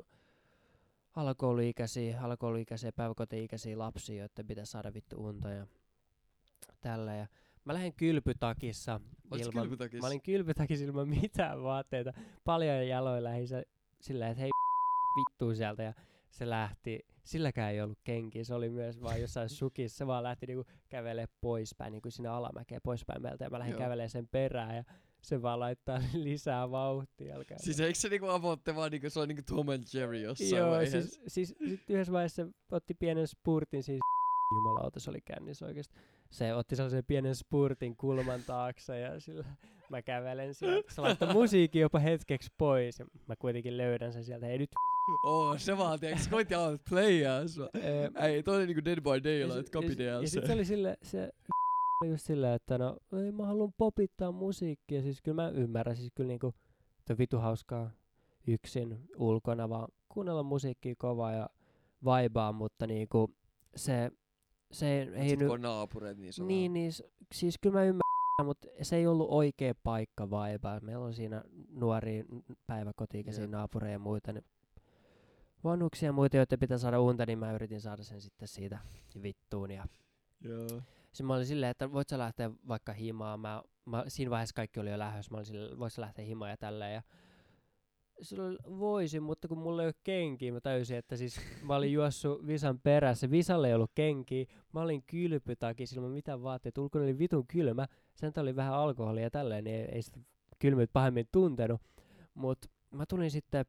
alakouluikäisiä, päiväkoti-ikäisiä lapsia, joiden pitäisi saada vittu unta ja tällä. Ja mä lähden kylpytakissa. Mä olin kylpytakissa ilman mitään vaatteita. Paljon jaloin lähin silleen, että hei vittuu sieltä. Ja se lähti, silläkään ei ollut kenkiä, se oli myös vaan jossain sukissa. Se vaan lähti niinku kävelee poispäin, niinku sinne alamäkeen poispäin meiltä. Ja mä lähdin kävelee sen perään ja se vaan laittaa lisää vauhtia. Siis eikö se niinku avoitte vaan niinku, se on niinku Tom and Jerry jossain Joo, vaiheessa? siis yhdessä vaiheessa se otti pienen spurtin, siis jumalauta se oli kännissä oikeesti. Se otti sellaisen pienen spurtin kulman taakse ja sillä mä kävelen sieltä. Se laittoi musiikin jopa hetkeksi pois ja mä kuitenkin löydän sen sieltä. Ei nyt Se vaan, tiiäks, koitti playaa sua. Ei, toi oli niinku Dead by Daylight, Kapi DLC. Ja sit se oli se oli just silleen, että no ei mä haluun popittaa musiikkia. Siis kyllä mä ymmärrän, siis kyllä niinku toi vitu hauskaa yksin ulkona vaan kuunnella musiikkia kovaa ja vaibaa, mutta niinku se ei nyt naapureet, niin se niin siis kyllä mä ymmärrän, mutta se ei ollut oikea paikka vaibaa. Meillä on siinä nuoria päiväkoti-ikäisiä naapureja ja muita, niin vanhuksia ja muita, joita pitää saada unta, niin mä yritin saada sen sitten siitä vittuun. Ja Joo. sitten mä olin silleen, että voit sä lähteä vaikka himaan. Siinä vaiheessa kaikki oli jo lähdössä. Mä olin silleen, voit sä lähteä himaan ja tälleen. Ja silloin voisin, mutta kun mulla ei ole kenkiä, mä täysin, että siis mä olin juossut Visan perässä. Visalle ei ollut kenkiä. Mä olin kylpytakissa ilman mitään vaatteita. Ulkona oli vitun kylmä. Sen oli vähän alkoholia ja tälleen, niin ei sitä kylmyyttä pahemmin tuntenut. Mut mä tulin sitten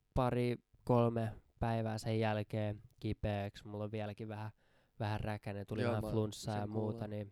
2-3 päivää sen jälkeen kipeäksi. Mulla on vieläkin vähän räkänen, tuli vähän flunssaa ja muuta, niin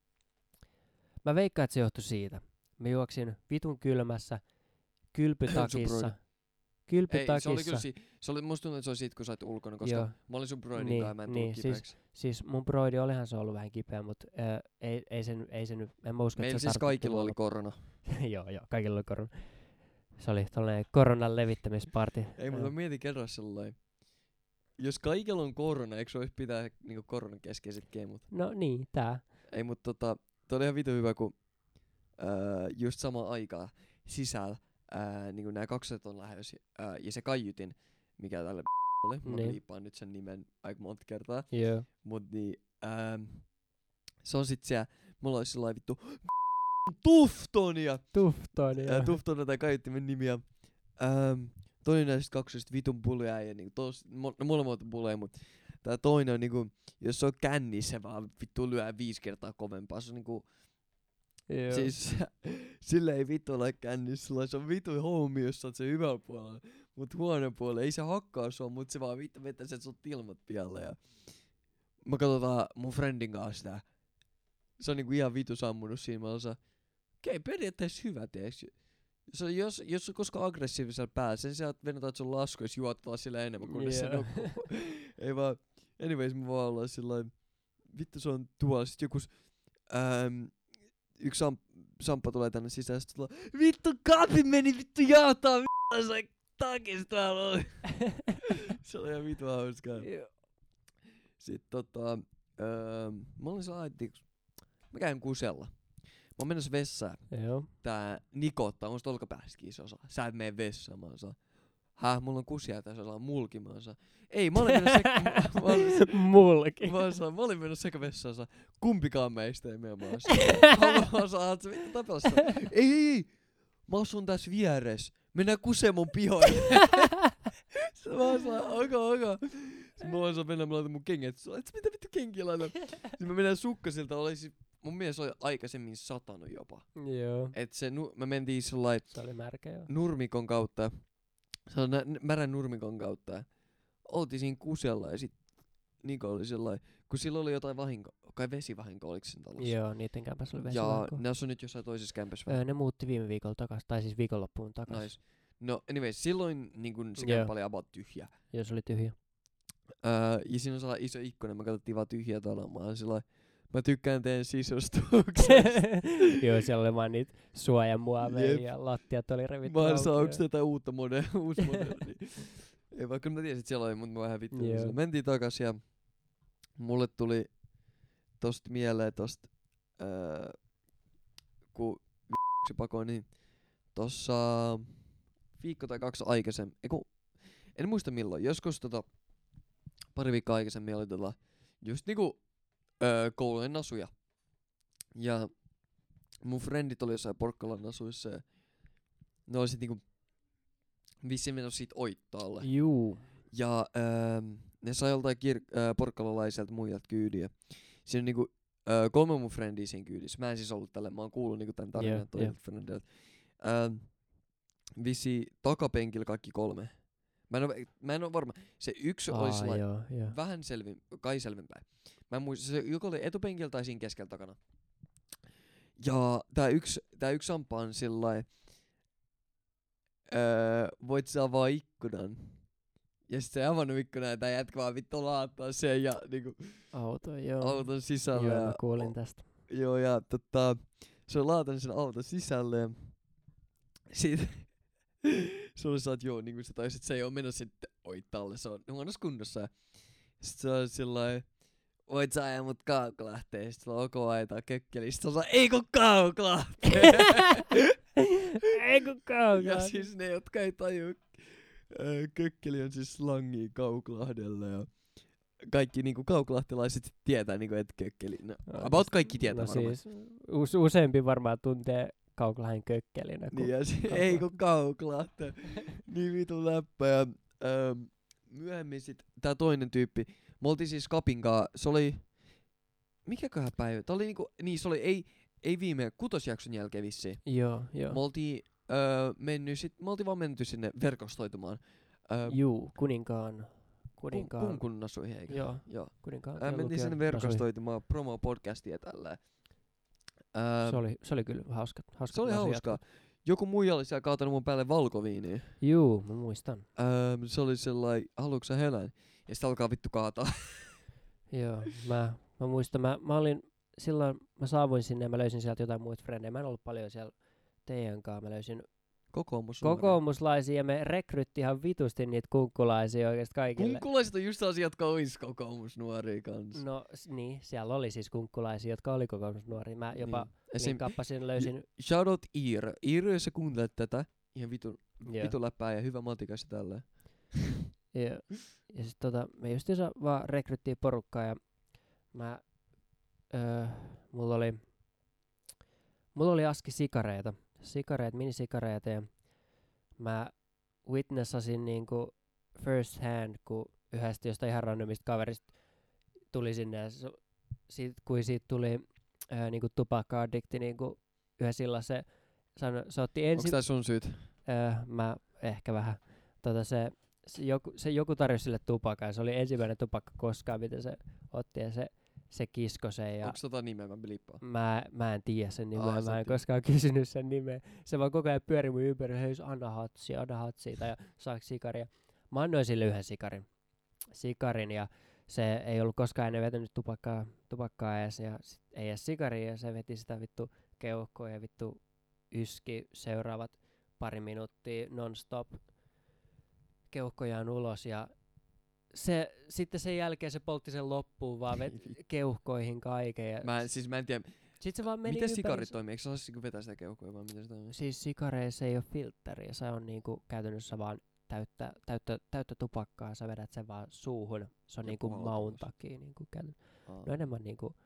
mä veikkaan, että se johtui siitä. Mä juoksin vitun kylmässä, kylpytakissa. Ei, se oli kyllä musta tuntuu, että se oli siitä, kun sä oot ulkona, koska Joo. mä olin sun broidin kanssa ja mä en tullut kipeäksi. Siis mun broidi, olihan se ollut vähän kipeä, mutta ei se nyt, en mä usko, meillä että se siis kaikilla oli korona. joo, kaikilla oli korona. Se oli tollanen koronan levittämisparti. Ei, mutta mietin kerran sellainen. Jos kaikilla on korona, eikö se olisi pitää niinku koronan keskeiset keemut? No niin, tää. Ei, mutta toi oli ihan vitu hyvä, kun just samaan aikaan sisällä niinku nää kakset on lähdössä ja se kaiutin, mikä tälle oli. Mä liippaan nyt sen nimen aika monta kertaa. Joo. Mut niin, se on sit siellä, mulla olisi sellainen vittu Tuftonia tai kaiuttimen nimiä. Toinen näistä kaksista vitun buleja ja niinku molemmat on buleja, mut tää toinen on niinku, jos se on kännissä, se vaan vittu lyö 5 kertaa kovempaa. Se on niinku, siis sille ei vittu ole kännissä, se on vittu hommi, jos sä oot sen hyvällä puolella. Mut huono puolella, ei se hakkaa sua, mut se vaan vittu vetää sen sut ilmat pialle. Ja mä katsotaan mun friendin kanssa sitä. Se on niinku ihan vittu sammunut siinä, mä osaan. Okei, periaatteessa hyvä teeks. Jos on koskaan aggressiivisella päällä, sen sä vennataan sun lasku, jos juotetaan sillä enemmän, kunnes se nukkuu. Ei vaan, anyways mä vaan ollaan sillain, vittu se on tuolla, sit joku, yksi samppa tulee tänne sisään, sit tullaan, vittu Kapi meni vittu jahtaa, vittu se takista täällä. Se oli ihan vittu hauskaa. Sit mä olin sellainen, mä käyn kusella. oon menossa vessaan. Joo. Tää Niko ottaa musta olkapäästäkin iso osa. Sä et mene vessaan, mä oon mulla on kusia tässä osaa mulki, mä oon ei, mä olin Mulki. mä olin mennyt sekä vessaan, kumpikaan meistä ei mene, mä oon saat sä vittu tapella sitä. Ei, mä asun tässä vieressä, mennään kusemun pihoille. Mä oon ok. Mä oon mennä, mä laitan mun kengät, et mitä vittu kenkiä laitan. Sitten mä mennään sukkasilta, mun mielestä oli aikaisemmin satanut jopa. Joo. Et me mentiin sellainen Se oli märkä joo. nurmikon kautta, se on märän nurmikon kautta. Oltiin siinä kusella ja sit Niko oli sellainen, kun sillä oli jotain kai vesivahinko, oliko sen talossa? Joo, niitten kämpässä oli Ja vesivahinko. ne asui nyt jossain toisessa kämpässä. Ne muutti viime viikolla takas, tai siis viikonloppuun takas. Nice. No anyways, silloin niin kun se Joo. kämppä oli about tyhjä. Joo, se oli tyhjä. Ja siinä on sellainen iso ikkuna, me katsottiin vaan tyhjää taloa. Mä tykkään teidän sisustuksesta. Joo, siellä oli vaan niitä suojamuoveja Jep. ja lattiat oli revitty Mä auki. onks tätä uusi moderni. Ei vaikka mä tiesin, että siellä oli, mutta mä vähän vittu. Joo. Mentiin takas ja mulle tuli tosta mieleen kun pakoin, niin tossa viikko tai 2 aikaisemmin, en muista milloin, joskus pari viikkoa aikaisemmin oli just niinku koulujen asuja. Ja mun frendit oli jossain Porkkalan asuissa ja ne oli sit niinku vissiin menossa siitä oittaalle. Juu. Ja ne sai joltain porkkalalaiselta muijalta kyydiä. Siinä on niinku 3 mun frendiä siinä kyydissä. Mä en siis ollut tälle, mä oon kuullut niinku tän tarinan Jep, toiselta frendeiltä. Vissiin takapenkillä kaikki 3. Mä en oo varma. Se yksi oli sellainen Joo. vähän kai selvinpäin. Mä en muista, se joko oli etupenkillä tai siinä keskellä takana. Ja tää yksi ampaa on sillain, voit sä avaa ikkunan. Ja sit se ei avannut ikkunan ja tää jätkä vaan vittu laattaa sen ja niinku auton sisälle. Joo, ja, mä kuulin tästä. Joo ja se on laatanut sen auton sisälle ja sit se oli joo niinku se taisi, että se ei oo menossa sitten oittaalle, se on huonossa kunnossa. Ja sit se on sillain, voit sä ajaa mut Kauklahteen, sit se on ok ajetaan kökkeliin, sit se on ei kun Kauklahteen. Ei kun kaukaa. Ja siis ne, jotka ei tajua, kökkeli on siis slangia Kauklahdelle ja kaikki niinku kauklahtelaiset tietää niinku, että kökkeli, no about kaikki tietää varmaan. Siis useampi varmaan tuntee Kauklahden kökkelinä. Niin ja ei kun Kauklahte, niin vitun läppä ja myöhemmin sit tää toinen tyyppi, me oltiin siis Kapinkaa, se oli, mikäköhän päivä, tää oli niinku, niin se oli ei viime 6. jakson jälkeen vissiin. Joo. Me oltiin me oltiin vaan menty sinne verkostoitumaan. Juu, kuninkaan. Kunkun asuihin, eikö? Joo. Kuninkaan. Mentiin sinne verkostoitumaan promo-podcastia tälleen. Se oli kyllä hauska. Se oli hauskaa. Joku muija oli siellä kaatanut mun päälle valkoviiniä. Juu, mä muistan. Se oli sellainen, haluatko sä helän? Ja sit alkaa vittu kaataa. Joo, mä muistan. Mä olin silloin, mä saavuin sinne ja mä löysin sieltä jotain muita frendejä. Mä en ollut paljon siellä teidän kanssa. Mä löysin kokoomuslaisia ja me rekrytti ihan vitusti niitä kunkkulaisia oikeesti kaikille. Kunkkulaiset on just sellaisia, jotka ois kokoomusnuoria kanssa. No niin, siellä oli siis kunkkulaisia, jotka oli kokoomusnuoria. Mä jopa niin. löysin. Shoutout Iira. Iira, jos sä kuuntelet tätä, ihan vitu läppää ja hyvä matikas ja tälleen. Ja sit me justiinsa vaan rekryttiin porukkaa ja mulla oli aski sikareita, minisikareita ja mä witnessasin niinku first hand, kun yhdestä jostain ihan randomista kaverista tuli sinne ja kun siitä tuli niinku tupakka-addikti niinku yhdessä illassa se otti ensin. Onks tää sun syyt? Mä ehkä vähän. Joku tarjosi sille tupakan ja se oli ensimmäinen tupakka koskaan, mitä se otti ja se kiskoi sen. Ja onks nimeä mä bilippaan? Mä en tiedä sen nimeä, mä en koskaan kysynyt sen nimeä. Se vaan koko ajan pyöri mun ympäri, hei anna hatsia tai saaks sikaria. Mä annoin sille yhden sikarin ja se ei ollut koskaan ennen vetänyt tupakkaa edes ja ei edes sikaria ja se veti sitä vittu keuhkoa ja vittu yski seuraavat pari minuuttia non-stop keuhkojaan ulos ja sitten sen jälkeen se poltti sen loppuun vaan keuhkoihin kaiken. Ja mä en tiedä. Sit se vaan meni Miten ympäri. sikarit toimii? Eikö se saa niinku vetää sitä keuhkoja vai miten se toimii? Siis sikareissa ei oo filtteriä, se on niinku käytännössä vaan täyttä tupakkaa, sä vedät sen vaan suuhun. Se on Ja niinku puhallat maun ulos. takia niinku Aa. no enemmän niinku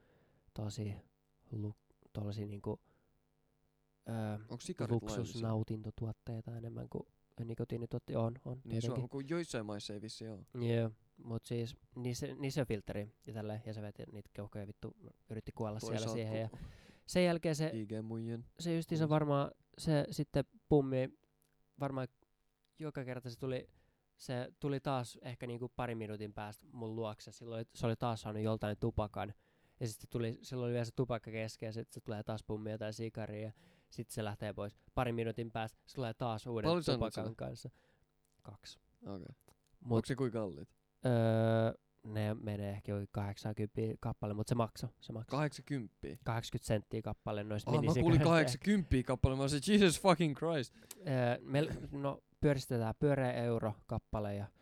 tollasia niinku Onko sikarit laillisia? luksusnautintotuotteita enemmän kuin nikotiinituotteita. On Niin tietenkin. kun joissain maissa ei vissi oo. Joo, mut siis niissä on filteri ja tälleen, ja se veti niitä keuhkoja vittu, yritti kuolla siellä Toisaalta siihen. Ja kun sen jälkeen se IG-muijen. justiinsa varmaan, se sitten pummi, varmaan joka kerta se tuli taas ehkä niinku parin minuutin päästä mun luokse. Silloin se oli taas saanut joltain tupakan. Ja sitten silloin oli vielä se tupakka kesken ja sitten se tulee taas pummi jotain sikaria ja sitten se lähtee pois. Parin minuutin päästä se tulee taas uuden Paljon sä annat tupakan sille? kanssa. 2. Okei. Mut Onko se kuinka kalliit? ne menee ehkä jokin 80 kappale, mutta se maksoi. 80. 80 senttiä kappale noista Mä kuulin minisikareista. 80 kappale, mä olisin Jesus fucking Christ. No pyöristetään pyöreä euro kappale ja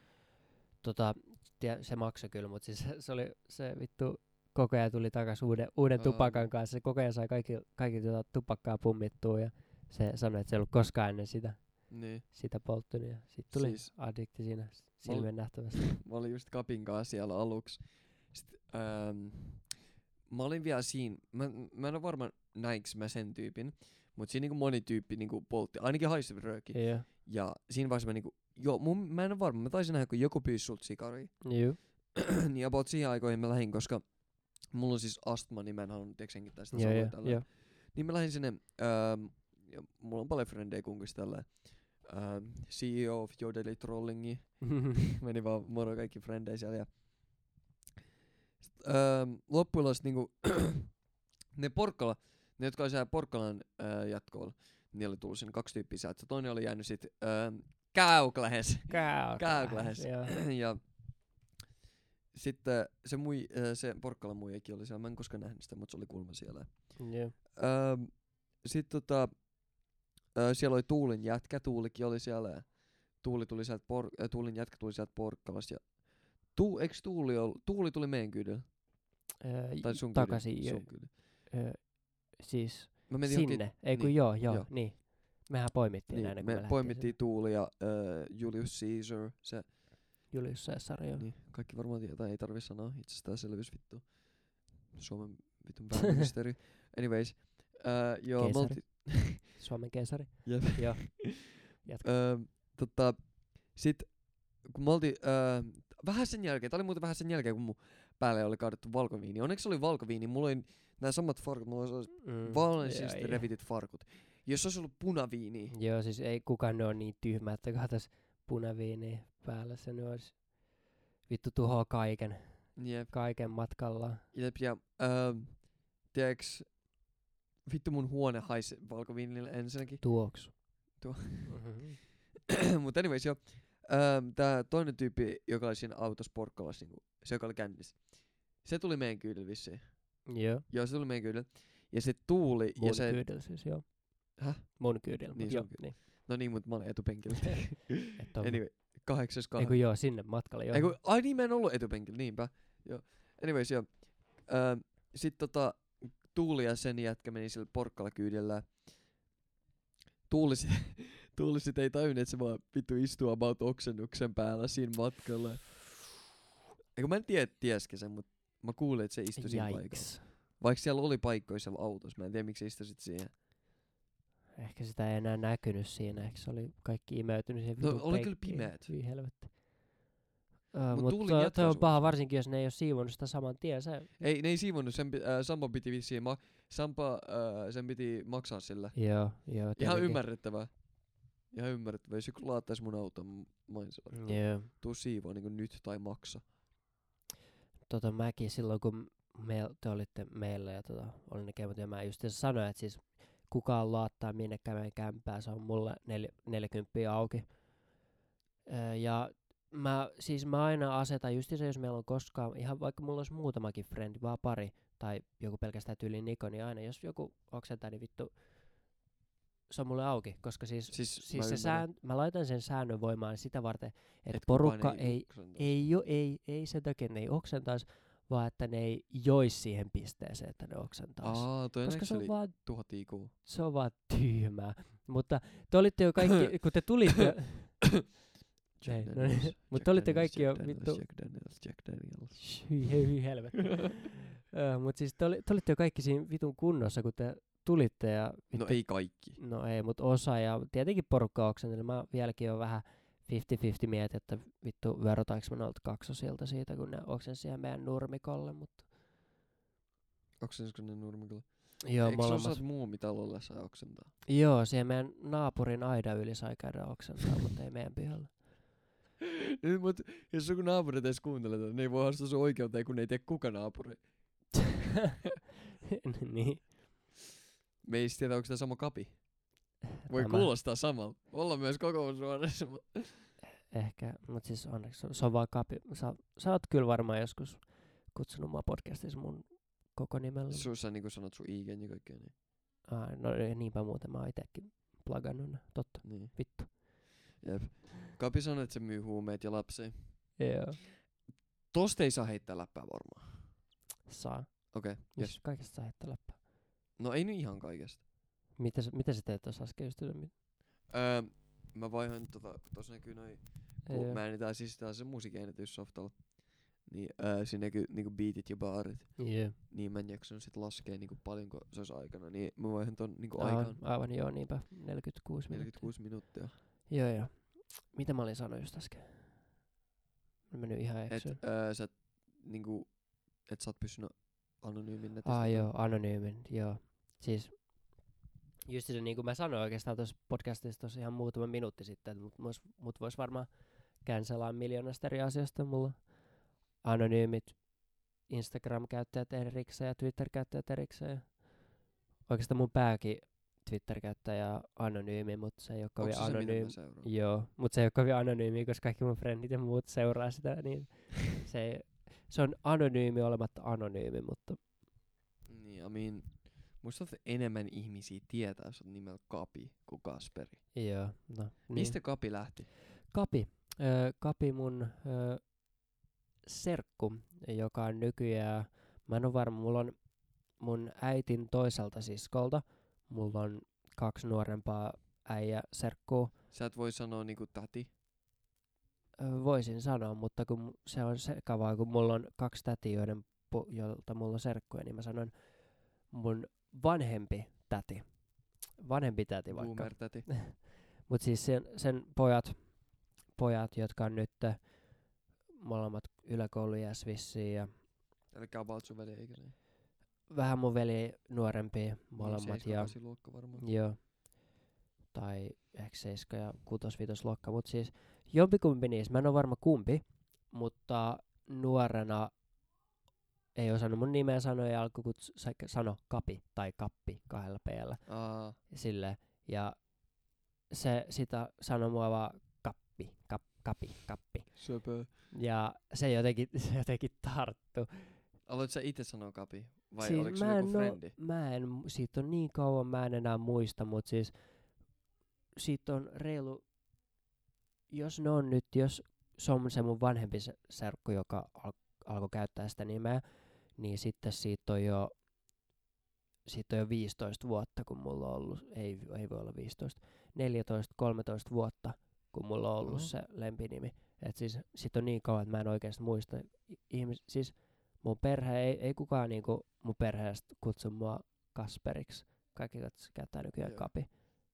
se maksoi kyllä, mutta siis se vittu koko ajan tuli takas uuden tupakan kanssa. Se koko ajan sai kaikki tupakkaa pummittua ja se sanoi, että se ei ollut koskaan ennen Niin. sitä polttunut ja sitten tuli Siis- addikti siinä silmien nähtävästi. Mä olin just Kapin kanssa siellä aluksi. Sitten, mä olin vielä siinä, mä en oo varma näinkö mä sen tyypin, mut siinä niinku moni tyyppi niinku poltti, ainakin haistavi rööki. Joo. Ja siinä vaiheessa mä niinku, mä en oo varma, mä taisin nähdä, kun joku pyysi sulta sikaria. Joo. Niin about siihen aikoihin mä lähdin, koska mulla on siis astma, niin mä en halunnut eksenkittää sitä Joo, sanoa joo, tällä. joo. Niin mä lähdin sinne, ja mulla on paljon frendejä kunkis tällä. CEO of Jodeli Trollingi. Meni vaan moro kaikki frendejä siellä. Ja loppujen niinku ne jotka oli siellä Porkkalan jatkoilla, niin oli tullut sinne 2 tyyppiä sieltä. Toinen oli jäänyt sit Käyklähes. Käyklähes. Joo. Ja sitten se Porkkalan muijakin oli siellä. Mä en koskaan nähnyt sitä, mutta se oli kuulemma siellä. Joo. Sitten siellä oli Tuulin jätkä, Tuulikin oli siellä. Ja Tuulin jätkä tuli sieltä Porkkalasta. Ja eiks Tuuli tuli meidän kyydellä? Tai sun takaisin kyydellä? jo. Sun kyydellä. Siis Mä menin sinne. Ei kun niin, joo, joo. niin. Mehän poimittiin näin, Niin, kun me me lähdettiin poimittiin Tuuli ja Julius Caesar. Se, Julius Caesar, joo. niin, kaikki varmaan tietää, ei tarvi sanoa. Itsestäänselvyys vittu. Suomen vitun pääministeri. Anyways. Joo, me Keisari. oltiin... Suomen keisari. Jep. Joo. Jatka. Sit kun me oltiin vähän sen jälkeen, tää oli muuten vähän sen jälkeen, kun mun päälle oli kaadettu valkoviini. Onneksi se oli valkoviini, mulla oli nää samat farkut, mulla oli vaaleansinaiset joo. revitit farkut. Jos olisi ollut punaviini, Joo, siis ei kukaan ole niin tyhmä, että kaatais punaviiniä päällä. Se nyt olisi vittu tuhoaa kaiken matkalla. ja tiedäks, vittu mun huone haisi valkoviinille ensinnäkin. Tuoksu. Mut anyways joo, tää toinen tyyppi, joka oli siinä autossa Porkkalassa, niinku, se joka oli kännissä, se tuli meidän kyydellä vissiin. Joo. Joo, se tuli meidän kyydellä. Ja se Tuuli Mun ja se... kyydellä siis, joo. Häh? Mun kyydellä, Niin, mut joo. sun Niin. No niin, mut mä olin etupenkillä. Et on- Anyway, 8.2. Ei kun joo, sinne matkalle, joo. Ai niin, mä en ollut etupenkillä, niinpä. Joo. Anyways, joo. Sit Tuuli ja sen jätkä meni sillä Porkkala-kyydellä. Tuuli sit ei tajunnut, että se vaan vittu istuu about oksennuksen päällä siinä matkalla. Eiku mä en tiedä, tiesikö sen, mut mä kuulin, että se istui siinä paikalla. Jaiks. Vaikka siellä oli paikkoja siellä autossa, mä en tiedä miksi istuisit siihen. Ehkä sitä ei enää näkynyt siinä, ehkä se oli kaikki imeytynyt siihen No, vitun oli kyllä penkkiin. pimeät. Hyi helvetti. Mut Tuulin Mutta jätkä toi on asuu- paha varsinkin, jos ne ei oo siivonnut sitä saman tien. Ei, ne ei siivonnut, Sampo piti vissiin, sen piti maksaa sillä. Joo, Ihan tietenkin. ymmärrettävää. Jos joku laattais mun auton, mä olisin vaikka, Joo. tuu siivoa niinku nyt tai maksa. Mäkin silloin, kun te olitte meillä ja oli ne kemot, ja mä just sanoin, että siis kukaan laattaa minnekään meidän kämpää, se on mulle 40 auki. Ja mä aina asetan just se, jos meillä on koskaan, ihan vaikka mulla olisi muutamakin frendi, vaan pari, tai joku pelkästään tyyliin Niko, niin aina jos joku oksentaa, niin vittu, se on mulle auki, koska siis Mä se ymmärrän. mä laitan sen säännön voimaan sitä varten, että Et porukka kukaan ei oksentaisi. ei sen takia, että ne ei oksentaisi, vaan että ne ei jois siihen pisteeseen, että ne oksentais. Toi on Koska se on actually vaan 1000 IQ. se on vaan tyhmää. Mutta te olitte jo kaikki, kun te tulitte... Ei, no niin. Mut te olitte kaikki jo vittu... Jack Daniels. Hyi helvetti. Mut siis te olitte jo kaikki siinä vitun kunnossa, kun te tulitte ja... No ei kaikki. No ei, mut osa ja tietenkin porukka oksenteli. Mä vieläkin on vähän 50-50 mietin, että vittu verotaanko mä noilta kaksosilta siitä, kun ne oksensi siihen meidän nurmikolle, mutta... Oksensko ne nurmikolle? Joo, Eikö molemmat. sä osaat muumitalolle saa oksentaa? Joo, siihen meidän naapurin aidan yli sai käydä oksentaa, mutta ei meidän pihalla. Nyt, mut jos joku naapurit edes kuuntelee tätä, ne ei voi haastaa sun oikeuteen, kun ne ei tiedä kuka naapuri. Niin. Me ei siis tiedä, onko tää sama kapi. Voi Tämä- kuulostaa samalta. Olla myös kokoomushuoneessa. Ehkä, mutta siis onneksi se on vaan kapi. Sä oot kyllä varmaan joskus kutsunut mua podcastissa mun koko nimellä. Sä niinku sanot sun IGn ja kaikkea niin. No niinpä muuten mä oon itekin plagannut ne. Totta, Niin. vittu. Jep. Kapi sanoo, että se myy huumeet ja lapsia. Joo. Tosta ei saa heittää läppää varmaan. Saa. Okei, okay, Yes. yes. Kaikesta saa heittää läppää. No ei nyt ihan kaikesta. Mitä sä teet tuossa äsken just ylemmin? Mä vaihoin tossa näkyy noin, kun Joo. mä äänitän siis tää se musiikinäänitys softalla. Niin siinä näkyy niinku beatit ja baarit. Joo. Niin mä en jaksanut sit laskea niinku paljonko se olisi aikana. Niin mä vaihoin ton niinku aikaan. Aivan joo, niinpä. 46 minuuttia. 46 minuuttia. Joo. Mitä mä olin sanonut just äsken? Mä mennyt ihan Et eksyyn. sä niinku, et sä oot pysynyt anonyymin netissä. Joo, anonyymin, joo. Siis just se niin kuin mä sanoin oikeastaan tuossa podcastissa tossa ihan muutama minuutti sitten, että mut vois varmaan cancelaa miljoonasta eri asiasta. Mulla on anonyymit Instagram-käyttäjät erikseen ja Twitter-käyttäjät erikseen. Ja oikeastaan mun pääkin Twitter-käyttäjä on anonyymi, mutta se ei ole kovin Onks se mitä anonyymi. mä seuraan? Joo, mutta se ei ole kovin anonyymi, koska kaikki mun frendit ja muut seuraa sitä, niin se on anonyymi olematta anonyymi, mutta Niin, I mean, musta enemmän ihmisiä tietää, jos oot nimellä Kapi kuin Kasperi. joo, no niin. Mistä Kapi lähti? Kapi mun serkku, joka on nykyään, mä en oo varma, mulla on mun äitin toiselta siskolta, mulla on 2 nuorempaa äijä serkkuu. Sä et voi sanoa niinku täti. Voisin sanoa, mutta kun se on sekavaa, kun mulla on 2 tätiä, jolta mulla on serkkuja, niin mä sanon mun vanhempi täti vaikka. Boomer-täti. Mut siis sen pojat, jotka on nyt molemmat yläkouluiässä vissiin ja Elikkä about sun veli eikä niin? vähän mun veli nuorempia molemmat ja luokka varmaan. joo. Tai ehkä 7 ja 6-5 luokka, mut siis jompikumpi niistä, mä en oo varma kumpi, mutta nuorena ei osannut mun nimeä sanoa ja alkoi sano Kapi tai Kappi 2 p:llä. Silleen. Ja se sitä sanoi mua vaan Kappi. Söpö. Ja se jotenkin tarttu. Aloit sä itse sanoa Kapi? Vai Siis oliko se joku frendi? siitä on niin kauan, mä en enää muista, mut siis siitä on reilu, jos se on se mun vanhempi serkku, joka alkoi käyttää sitä nimeä, niin sitten siitä on jo 15 vuotta, kun mulla on ollut, ei voi olla 15, 14-13 vuotta, kun mulla on ollut se lempinimi. Et siis sit on niin kauan, että mä en oikeesti muista. Siis mun perhe, ei kukaan niinku mun perheestä kutsu mua Kasperiksi. Kaikki käyttää nykyään Joo. Kapi.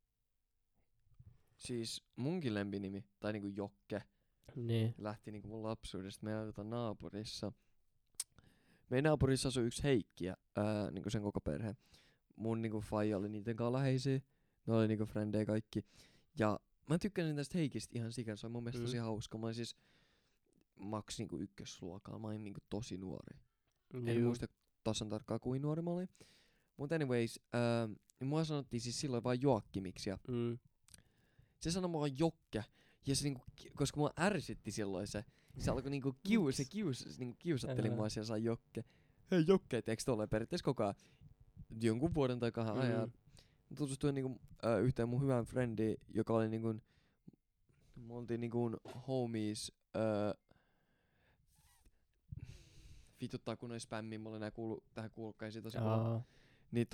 Siis munkin lempinimi, tai niinku Jokke, Niin. lähti niinku mun lapsuudesta. Meidän naapurissa. Meidän naapurissa asui yksi Heikki ja niinku sen koko perhe. Mun niinku faija oli niiden kanssa läheisiä. Ne oli niinku frendejä kaikki. Ja mä tykkäsin tästä Heikistä ihan sikään. Se on mun mielestä tosi hauska. Mä olin siis maks niinku ykkösluokalla. Mä olin niinku tosi nuori. En muista tasan tarkkaan kuin nuori mä olin. Mut anyways, mua sanottiin siis silloin vaan Joakkimiksi ja se sanoi mua Jokke. Ja se niinku, koska mua ärsytti silloin se alkoi niinku kiusatteli mua siellä sai Jokke. Hei Jokke, teeks tolleen periaatteessa koko ajan jonkun vuoden tai 2 ajan. Tutustuin niinku yhteen mun hyvään frendiin, joka oli niinku, me oltiin niinku homies vituttaa kun noi spämmiä, mulla enää tähän kuulokkaisiin tosi paljon. Aa. Niin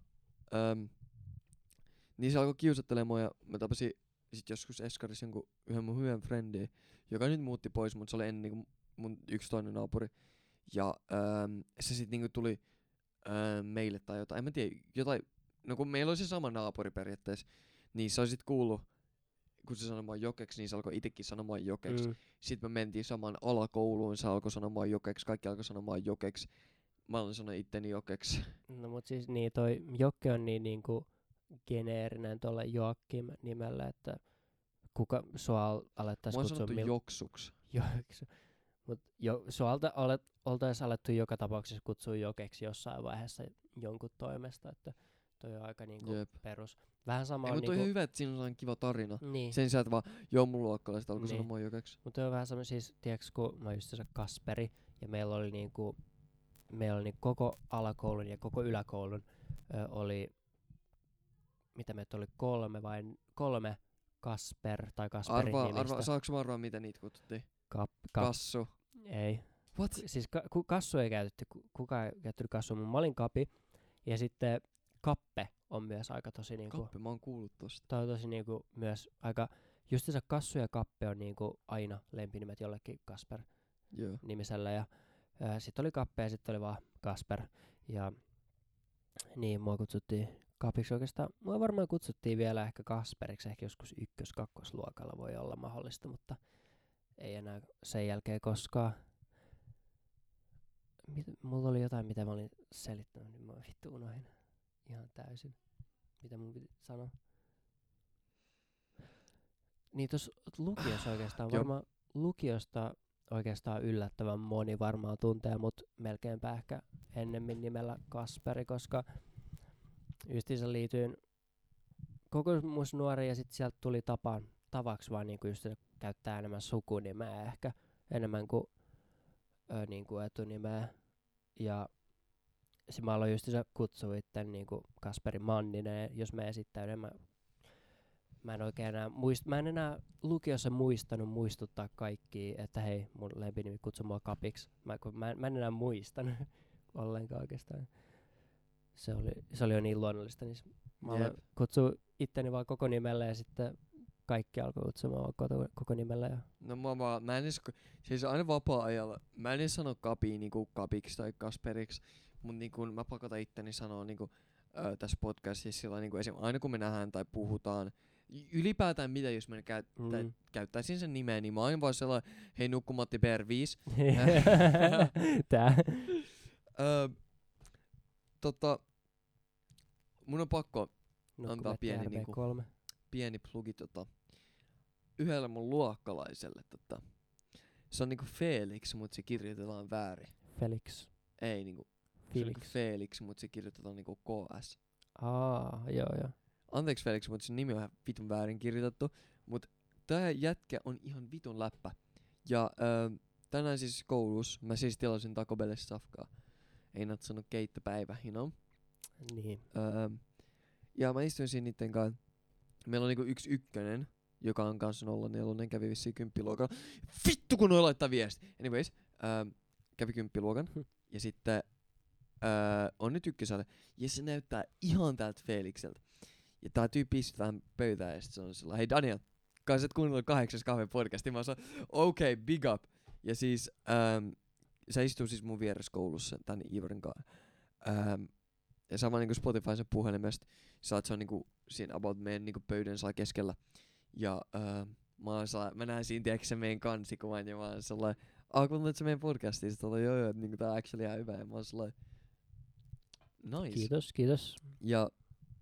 niin se alkoi kiusattelemaan mua ja mä tapasin sit joskus Eskarissa yhden mun hyvän friendin, joka nyt muutti pois, mut se oli ennen niinku mun yksi toinen naapuri. Ja se sit niinku tuli meille tai jotain, en mä tiedä, jotain, no kun meillä oli se sama naapuri periaatteessa, niin se oli sit kuullut, kun se sanoi mua jokeksi, niin se alkoi itekin sanomaan jokeksi. Sitten me mentiin saman alakouluun, se alkoi sanomaan jokeksi, kaikki alkoi sanomaan jokeksi. Mä aloin sanoa itteni jokeksi. No mut siis niin toi Jokke on niin niinku geneerinen tuolla Joakim nimellä, että kuka sua alettais Mä oon kutsua sanottu joksuks. Jokeksi. Mut sua oltais alettu joka tapauksessa kutsua Jokeksi jossain vaiheessa jonkun toimesta, että toi on aika niinku Jep. perus. Vähän sama Ei, on mutta on niinku... ihan hyvä, että siinä on sellainen kiva tarina. Niin. Sen sijaan, että vaan mun luokkalaiset alkoi Niin. sanomaan jokeksi. Mutta on vähän sama siis, tiiäks kun mä just se Kasperi, ja meillä oli niinku koko alakoulun ja koko yläkoulun oli, mitä meitä oli, kolme Kasper tai Kasperin nimistä. Saanko mä arvaa, mitä niitä kutsuttiin? Kassu. Ei. What? Siis kassu ei käytetty, kukaan ei käyttänyt kassua, mutta mä olin Kapi. Ja sitten Kappe on myös aika tosi niinku... Kappe, mä oon kuullut tosta. Toi on tosi niinku myös aika... Justiinsa Kassu ja Kappe on niinku aina lempinimet jollekin Kasper Joo. nimisellä. Ja sitten oli Kappe ja sitten oli vaan Kasper. Ja niin, mua kutsuttiin Kapiksi oikeastaan. Mua varmaan kutsuttiin vielä ehkä Kasperiksi, ehkä joskus ykkös-kakkosluokalla voi olla mahdollista, mutta ei enää sen jälkeen koskaan. Mulla oli jotain, mitä mä olin selittänyt, niin mä vittu unohdin ihan täysin. Mitä mun piti sanoa? Niin tossa lukiossa oikeastaan varmaan, lukiosta oikeastaan yllättävän moni varmaan tuntee mut melkeinpä ehkä ennemmin nimellä Kasperi, koska justiinsa liityin kokoomusnuoriin ja sit sieltä tuli tavaksi vaan niinku just käyttää enemmän sukunimeä ehkä enemmän kuin niinku etunimeä. Ja mä aloin justiinsa kutsua itten niinku Kasperi Manninen, jos mä esittäydyn. Mä en oikein enää mä en enää lukiossa muistuttaa kaikkia, että hei, mun lempinimi kutsui mua Kapiksi. Mä en enää muistanut ollenkaan oikeastaan. Se oli jo niin luonnollista, niin mä aloin kutsua itteni vaan koko nimellä ja sitten kaikki alkoi kutsumaan koko nimellä. Ja No mä en edes, siis aina vapaa-ajalla, mä en edes sano Kapiin niinku Kapiksi tai Kasperiksi, mut niinku mä pakotan itteni sanoa niinku tässä podcastissa sillä niinku esim. Aina kun me nähdään tai puhutaan, ylipäätään mitä jos mä käyttäisin sen nimeä, niin mä aina vaan sellainen, hei Nukkumatti PR5. Tää. Mun on pakko antaa Nukkumetti pieni niinku, RB3. pieni plugi yhdelle mun luokkalaiselle se on niinku Felix, mut se kirjoitetaan väärin. Felix. Ei niinku Felix, mut se kirjoitetaan niinku KS. Joo. Anteeksi Felix, mut sen nimi on ihan vitun väärin kirjoitettu. Mut tää jätkä on ihan vitun läppä. Ja tänään siis koulussa mä siis tilasin Taco Bellissa safkaa. Ei natsannut keittopäivä, you know? Niin. Ja mä istuin siinä niitten kanssa. Meillä on niinku yksi ykkönen, joka on kanssa 04, kävi vissiin 10-luokan. Vittu kun noi laittaa viesti! Anyways, kävi 10-luokan. Ja sitten on nyt ykköselle. Ja se näyttää ihan tältä Felixeltä. Ja tää tyyppi istuu vähän pöytään ja sit se on sillä hei Daniel, kai sä et kuunnellut 8 kahven podcastia. Mä sanoin, okei, big up. Ja siis se istuu siis mun vieressä koulussa tän Iivarin kanssa. Ja sama niinku Spotify sen puhelimesta. Se on niinku siinä about meidän niinku pöydän saa keskellä. Ja mä näen siinä tiedätkö meidän kansikuvan ja mä oon sellainen, kuuntelet sä meidän podcastia? Sitten ollaan joo, että niinku tää on actually ihan hyvä. Ja mä oon sellainen, nice. Kiitos. Ja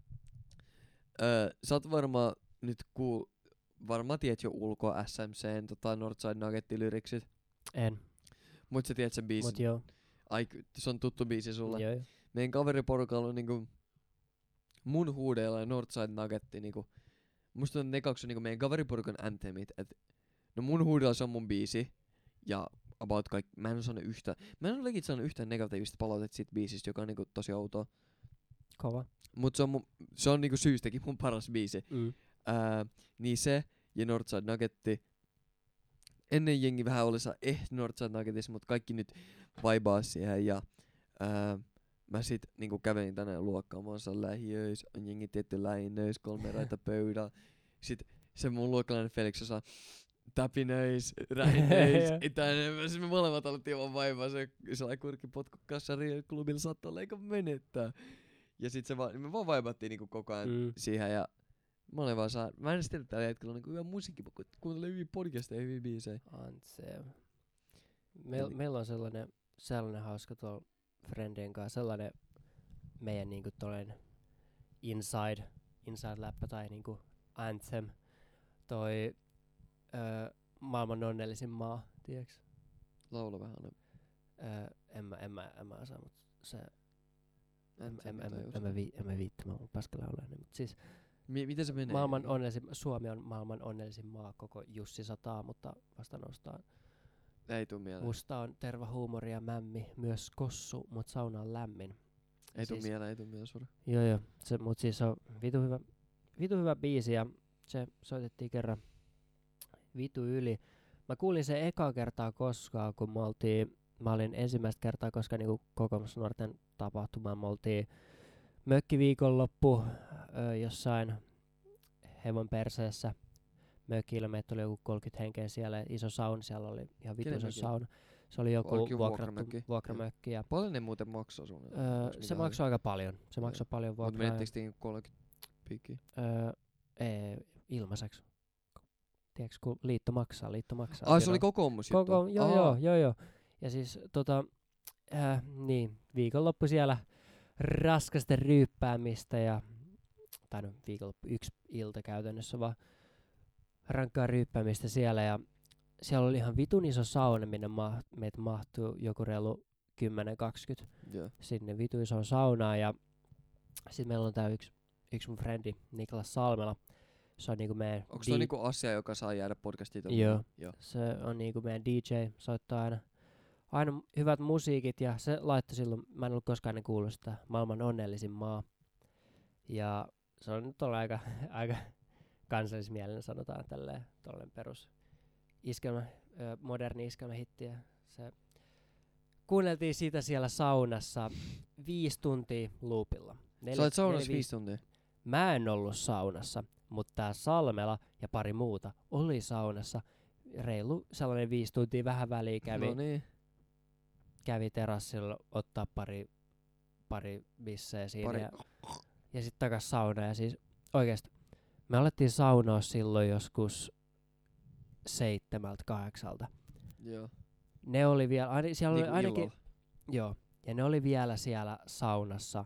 sä oot varmaan nyt varmaan tiedät jo ulkoa SMCn Northside Nuggetin lyriksit. En. Mut sä tiedät sen biisin. Mut joo. Ai, se on tuttu biisi sulle. Joo. Meidän kaveriporukalla on niinku mun huudeilla ja Northside Nuggetti niinku. Musta tuntuu, että ne kaksi on niinku meidän kaveriporukan anthemit. Et, no mun huudella se on mun biisi. Ja about kaikki. Mä en ole legit saanut yhtään negatiivista palautetta siitä biisistä, joka on niinku tosi outoa. Kova. Mut se on niinku syystäkin mun paras biisi. Niin se ja Northside Nuggetti. ennen jengi vähän oli Northside Nuggetissa, mut kaikki nyt vaibaa siihen ja mä sit niinku kävelin tänne luokkaan, mä oon lähiöis, on jengi tietty lähinöis, 3 raita pöydällä. Sit se mun luokkalainen Felix osaa täpinöis, rähinöis, itäneen. Siis me molemmat alettiin vaan vaivaa se sellainen kurkkipotku kassari klubilla saattaa olla eikä menettää. Ja sit me vaan vaivattiin niinku koko ajan siihen ja mä olin vaan mä en tiedä tällä hetkellä on niinku hyvä musiikki, kuuntelee hyviä podcasteja ja hyviä biisejä. Meillä on sellainen hauska tuolla friendien kanssa, sellainen meidän niinku tollainen inside-läppä tai niinku anthem, toi maailman onnellisin maa, tiiäks? Laula vähän. En mä osaa, mut se en mä viittä, mä oon paska laulaa, mut siis miten se menee? Suomi on maailman onnellisin maa, koko Jussi sataa, mutta vasta nostaa. Ei tuu mieleen. Musta on terva, huumori ja mämmi, myös kossu, mut sauna on lämmin. Ei tuu mieleen sori. Joo, mut siis on vitu hyvä biisi ja se soitettiin kerran vitu yli. Mä kuulin sen ekaa kertaa koskaan, kun mä olin ensimmäistä kertaa koskaan niinku kokoomusnuorten tapahtumaan. Me oltiin mökkiviikonloppu jossain hevon perseessä mökillä. Meitä oli joku 30 henkeä siellä, iso sauna, siellä oli ihan vitu iso sauna. Se oli joku vuokramökki. Ja paljon ne muuten maksaa sun? Se maksoi aika paljon. Se maksoi paljon vuokraa. Mut menettekö te 30 piikkiä? Ei, ilmaiseksi. Tiedätkö, kun liitto maksaa. Se oli kokoomus juttu? Joo. Ja siis niin, viikonloppu siellä raskasta ryyppäämistä tai no viikonloppu 1 ilta käytännössä vaan rankkaa ryyppäämistä siellä ja siellä oli ihan vitun iso sauna, minne meitä mahtuu joku reilu 10-20 sinne vitu isoon saunaan ja sit meillä on tää yksi mun frendi Niklas Salmela. Se on niinku meidän onko se niinku asia, joka saa jäädä podcastiin? Joo. Se on niinku meidän DJ, soittaa aina hyvät musiikit ja se laittoi silloin, mä en ollut koskaan ennen kuullut sitä, maailman onnellisin maa. Ja se on nyt aika kansallismielinen, sanotaan tälleen, tolleen perus moderni iskelmähitti. Ja se kuunneltiin sitä siellä saunassa 5 tuntia loopilla. Sä olet saunassa 5 tuntia? Mä en ollut saunassa, mutta tää Salmela ja pari muuta oli saunassa. Reilu sellainen 5 tuntia vähän väliä kävi terassilla ottaa pari bissejä siinä ja sit takas saunaan. Ja siis oikeesti me alettiin saunoa silloin joskus 7-8. Joo. Ne oli vielä, siellä niin oli ainakin, joo, ja ne oli vielä siellä saunassa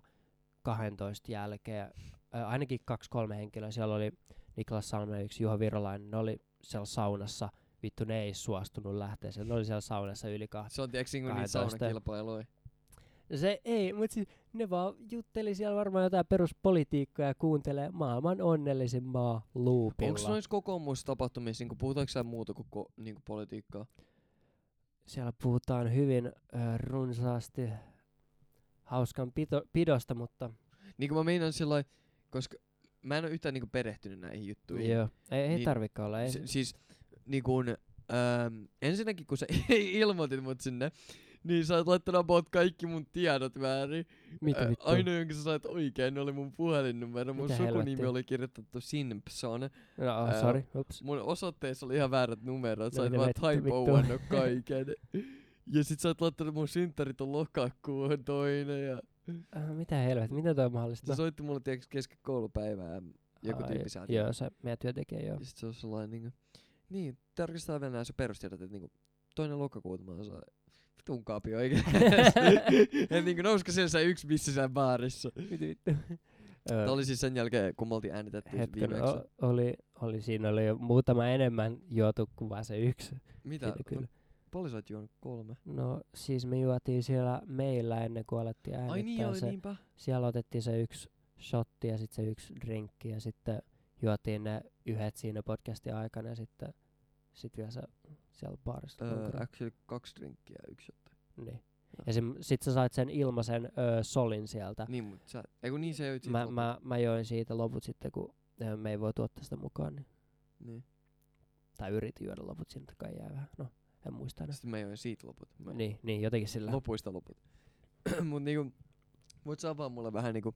12 jälkeen, ainakin 2-3 henkilöä. Siellä oli Niklas Salmela, yksi Juha Virolainen, ne oli siellä saunassa. Vittu, ne ei suostunut lähteä siellä. Ne oli siellä saunassa yli 12. Se on tiiäks niinku niitä saunakilpailuja. Se ei, mut siis ne vaan jutteli siellä varmaan jotain peruspolitiikkaa ja kuuntelee maailman onnellisin maa loopilla. Onks noissa kokoomustapahtumissa, niinku puhutaanko siellä muuta kuin niinku politiikkaa? Siellä puhutaan hyvin runsaasti hauskan pidosta, mutta niinku mä meinaan sillai, koska mä en oo yhtään niinku perehtynyt näihin juttuihin. Joo, ei tarvikaan olla. Ei. Siis niinku ensinnäkin kun sä ilmoitit mut sinne, niin sä oot laittanut about kaikki mun tiedot väärin. Mitä vittu? Ainoa jonka sä sait oikein oli mun puhelinnumero. Mun sukunimi helvettiä? oli kirjoitettu Simpson. No, sorry, ups. Mun osoitteessa oli ihan väärät numerot. Sä oot No, vaan vittu. typoannut kaiken. Ja sit sä oot laittanut mun synttärit on lokakuun 2. Ja Mitä helvettiä, miten toi on mahdollista? se soitti mulle tiiäks kesken koulupäivää. Joku tyyppi sääti. Joo, se meidän työntekijä, joo. Ja sit se on sellainen niinku niin, tarkistaa vielä se perustiedot, että niinku 2. lokakuuta mä saan vitun kaapio oikeesti. Et niinku nousko siellä se yksi bissi siellä baarissa. Vittu. Tää oli siis sen jälkeen, kun me oltiin äänitetty viimeksi. Siinä oli jo muutama enemmän juotu kuin vaan se yksi. Mitä? Kyllä. Paljon sä oot juonut? 3? No siis me juotiin siellä meillä ennen kuin alettiin äänittää. Ai niin, oli niinpä. Siellä otettiin se yksi shotti ja sitten se yksi drinkki ja sitten juotiin ne yhdet siinä podcastin aikana ja sitten vielä se siellä baarissa. Actually 2 drinkkiä ja 1 shotti. Niin. Ja sit sä sait sen ilmaisen solin sieltä. Niin, mut sä, eiku niin se joit mä join siitä loput sitten, kun me ei voi tuottaa sitä mukaan. Niin. Tai yritin juoda loput, siltä kai jää vähän. No, en muista enää. Sitten mä join siitä loput. Niin, jotenkin sillä. Lopuista loput. Mut niinku, voit sä avaa mulle vähän niinku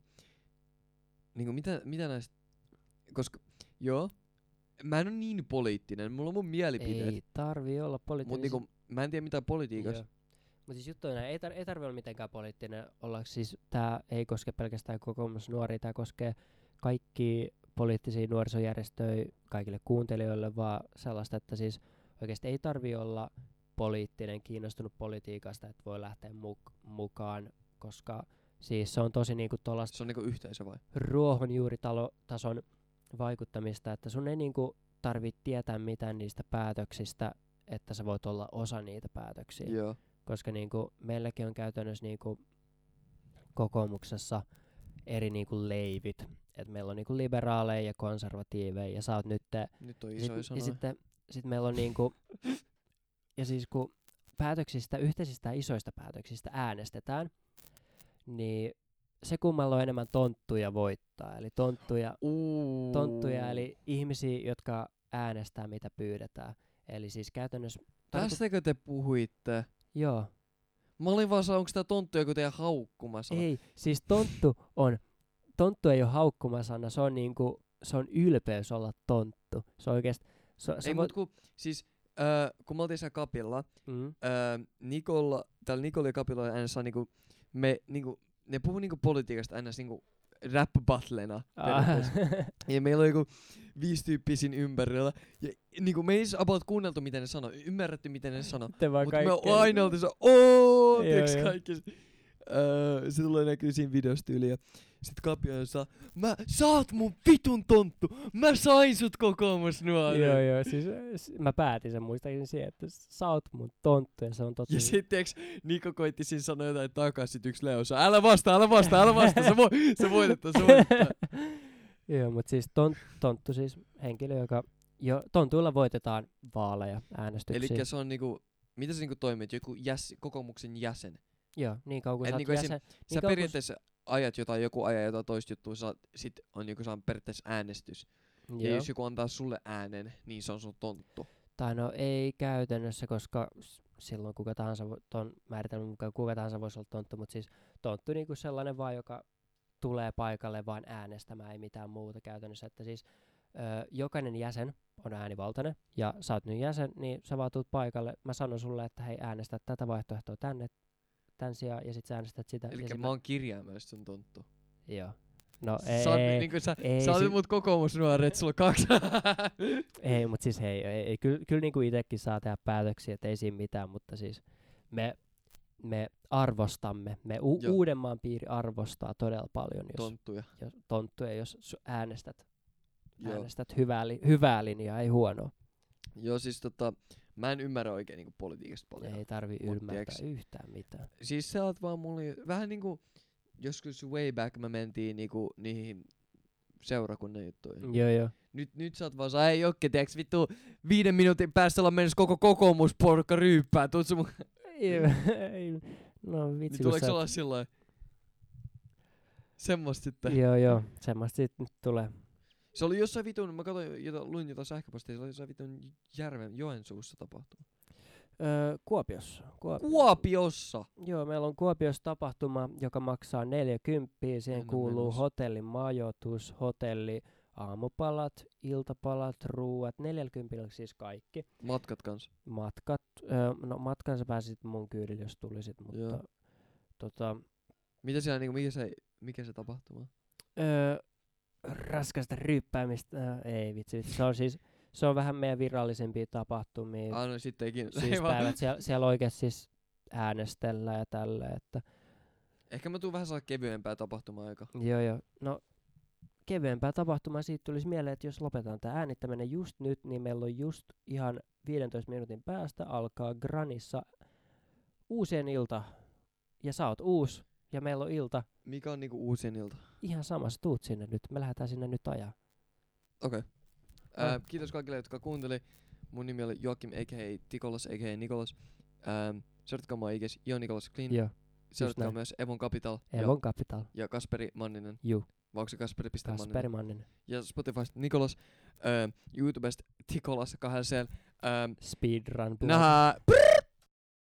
mitä näistä, koska joo, mä en oo niin poliittinen, mulla on mun mielipiteet. Ei tarvii olla poliittinen. Mut niinku, mä en tiedä mitään politiikasta. Mutta siis juttu on näin, ei tarvi olla mitenkään poliittinen olla. Siis tää ei koske pelkästään kokoomusnuoria, tää koskee kaikki poliittisia nuorisojärjestöjä kaikille kuuntelijoille, vaan sellaista, että siis oikeesti ei tarvi olla poliittinen, kiinnostunut politiikasta, että voi lähteä mukaan, koska siis se on tosi niinku tollaista Se on niinku yhteisö vai? ruohonjuuritason vaikuttamista, että sun ei niinku tarvitse tietää mitään niistä päätöksistä, että sä voit olla osa niitä päätöksiä. Joo. Koska niinku meilläkin on käytännössä niinku kokoomuksessa eri niinku leivit. Et meillä on niinku liberaaleja ja konservatiiveja ja sä oot nyt Nyt on isoja ja sanoja. sitten meillä on niinku ja siis kun yhteisistä isoista päätöksistä äänestetään, niin se kummalla on enemmän tonttuja voittaa. Eli tonttuja eli ihmisiä, jotka äänestää mitä pyydetään. Eli siis käytännössä Tästäkö te puhuitte? joo. Mä olin vaan onko tää tonttu joku teidän haukkumasana? Ei, siis tonttu ei ole haukkumasana, se on ylpeys olla tonttu. Se oikeesti Ei mut siis kun me oltiin siellä Kapilla, Nikolla ja Kapilla äänessä on niinku, ne puhuu niinku politiikasta äänessä niinku rap-battlena periaatteessa. Ja meillä on joku 5 tyyppiä siinä ympärillä. Ja niinku me ei about kuunneltu mitä ne sanoo, ymmärretty miten ne sanoo. Mut me aina oltiin se tiiäks kaikki. Se tulee näkyy siinä videossa tyyliin ja sit Kapio saa, sä oot mun vitun tonttu, mä sain sut kokoomusnuori. Joo, siis mä päätin sen muistaakseni siihen, että sä oot mun tonttu ja se on totta. Ja sit tiiäks Niko koitti siinä sanoa jotain takas, sit yks Leo saa, älä vastaa, sä voitettaa. Joo, mut siis tonttu siis henkilö, joka tontuilla voitetaan vaaleja, äänestyksiä. Elikkä se on niinku, mitä se niinku toimii, että joku kokoomuksen jäsen. Joo, niin kauan kun sä oot niinku jäsen. Sä periaatteessa ajat joku ajaa toista juttua, sit on joku saa periaatteessa äänestys. Ja jos joku antaa sulle äänen, niin se on sun tonttu. Tai no ei käytännössä, koska silloin kuka tahansa, ton määritelmän mukaan kuka tahansa voisi olla tonttu, mutta siis tonttu niinku sellainen vaan, joka tulee paikalle vaan äänestämään, ei mitään muuta käytännössä. Että siis jokainen jäsen on äänivaltainen, ja sä oot nyt jäsen, niin sä vaan tuut paikalle. Mä sanon sulle, että hei, äänestä tätä vaihtoehtoa tän sijaan, ja sit sä äänestät sitä. Elikkä mä oon kirjaimellisesti sun tonttu. Joo. No Sä olet mut kokoomusnuori, et sulla on 2. Ei, mut siis hei, kyllä niinku itekin saa tehdä päätöksiä, et ei siinä mitään, mutta siis me arvostamme, Uudenmaan piiri arvostaa todella paljon, jos tonttuja, jos äänestät hyvää linjaa, ei huonoa. Joo, siis mä en ymmärrä oikein niinku politiikasta paljon. Ei tarvi ymmärtää yhtään mitään. Siis sä oot vaan mulle vähän niinku, joskus way back me mentiin niinku niihin seurakunnan juttuihin. Joo. Nyt sä oot vaan ei Jokke, tiiäks vittu 5 minuutin päästä ollaan mennessä koko kokoomusporukka ryyppää, tuut sun No vitsi. Niin tuleeks olla sillain? Semmosta sitten. Joo, semmosta sit nyt tulee. Se oli jossain vitun, mä luin jotain sähköpostia, se oli jossain vitun Joensuussa tapahtuma. Kuopiossa? Joo, meillä on Kuopiossa tapahtuma, joka maksaa 40. Siihen kuuluu hotellimajoitus, aamupalat, iltapalat, ruuat, 40 on siis kaikki. Matkat kans? Matkan sä pääsit mun kyydillä, jos tulisit, mutta mitä siellä niinku, mikä se tapahtuma on? Raskasta ryyppäämistä, ei vitsi, se on vähän meidän virallisempia tapahtumia. No sittenkin. Siis päivät, siellä oikeesti siis äänestellään ja tällä, että ehkä mä tuun vähän saa kevyempää tapahtuma-aikaa. Joo, no kevyempää tapahtumaa, siitä tulisi mieleen, että jos lopetetaan tää äänittäminen just nyt, niin meillä on just ihan 15 minuutin päästä alkaa Granissa uusien ilta. Ja sä oot uusi, ja meillä on ilta. Mikä on niinku uusien ilta? Ihan sama, sä tuut sinne nyt. Me lähdetään sinne nyt ajaa. Okei. Kiitos kaikille, jotka kuunteli. Mun nimi oli Joakim, a.k.a. Tikolas, a.k.a. Nikolas. Seuratkaa mua ikäs, Nikolas Clean. Joo. Seuratkaa myös Evon Capital. Evon Capital. Ja Kasperi Manninen. Juu. Vai onko se Kasperi.Manninen? Kasperi Manninen. Ja Spotifysta Nikolas. YouTubesta Tikolas 2 Speedrun. Nähdään.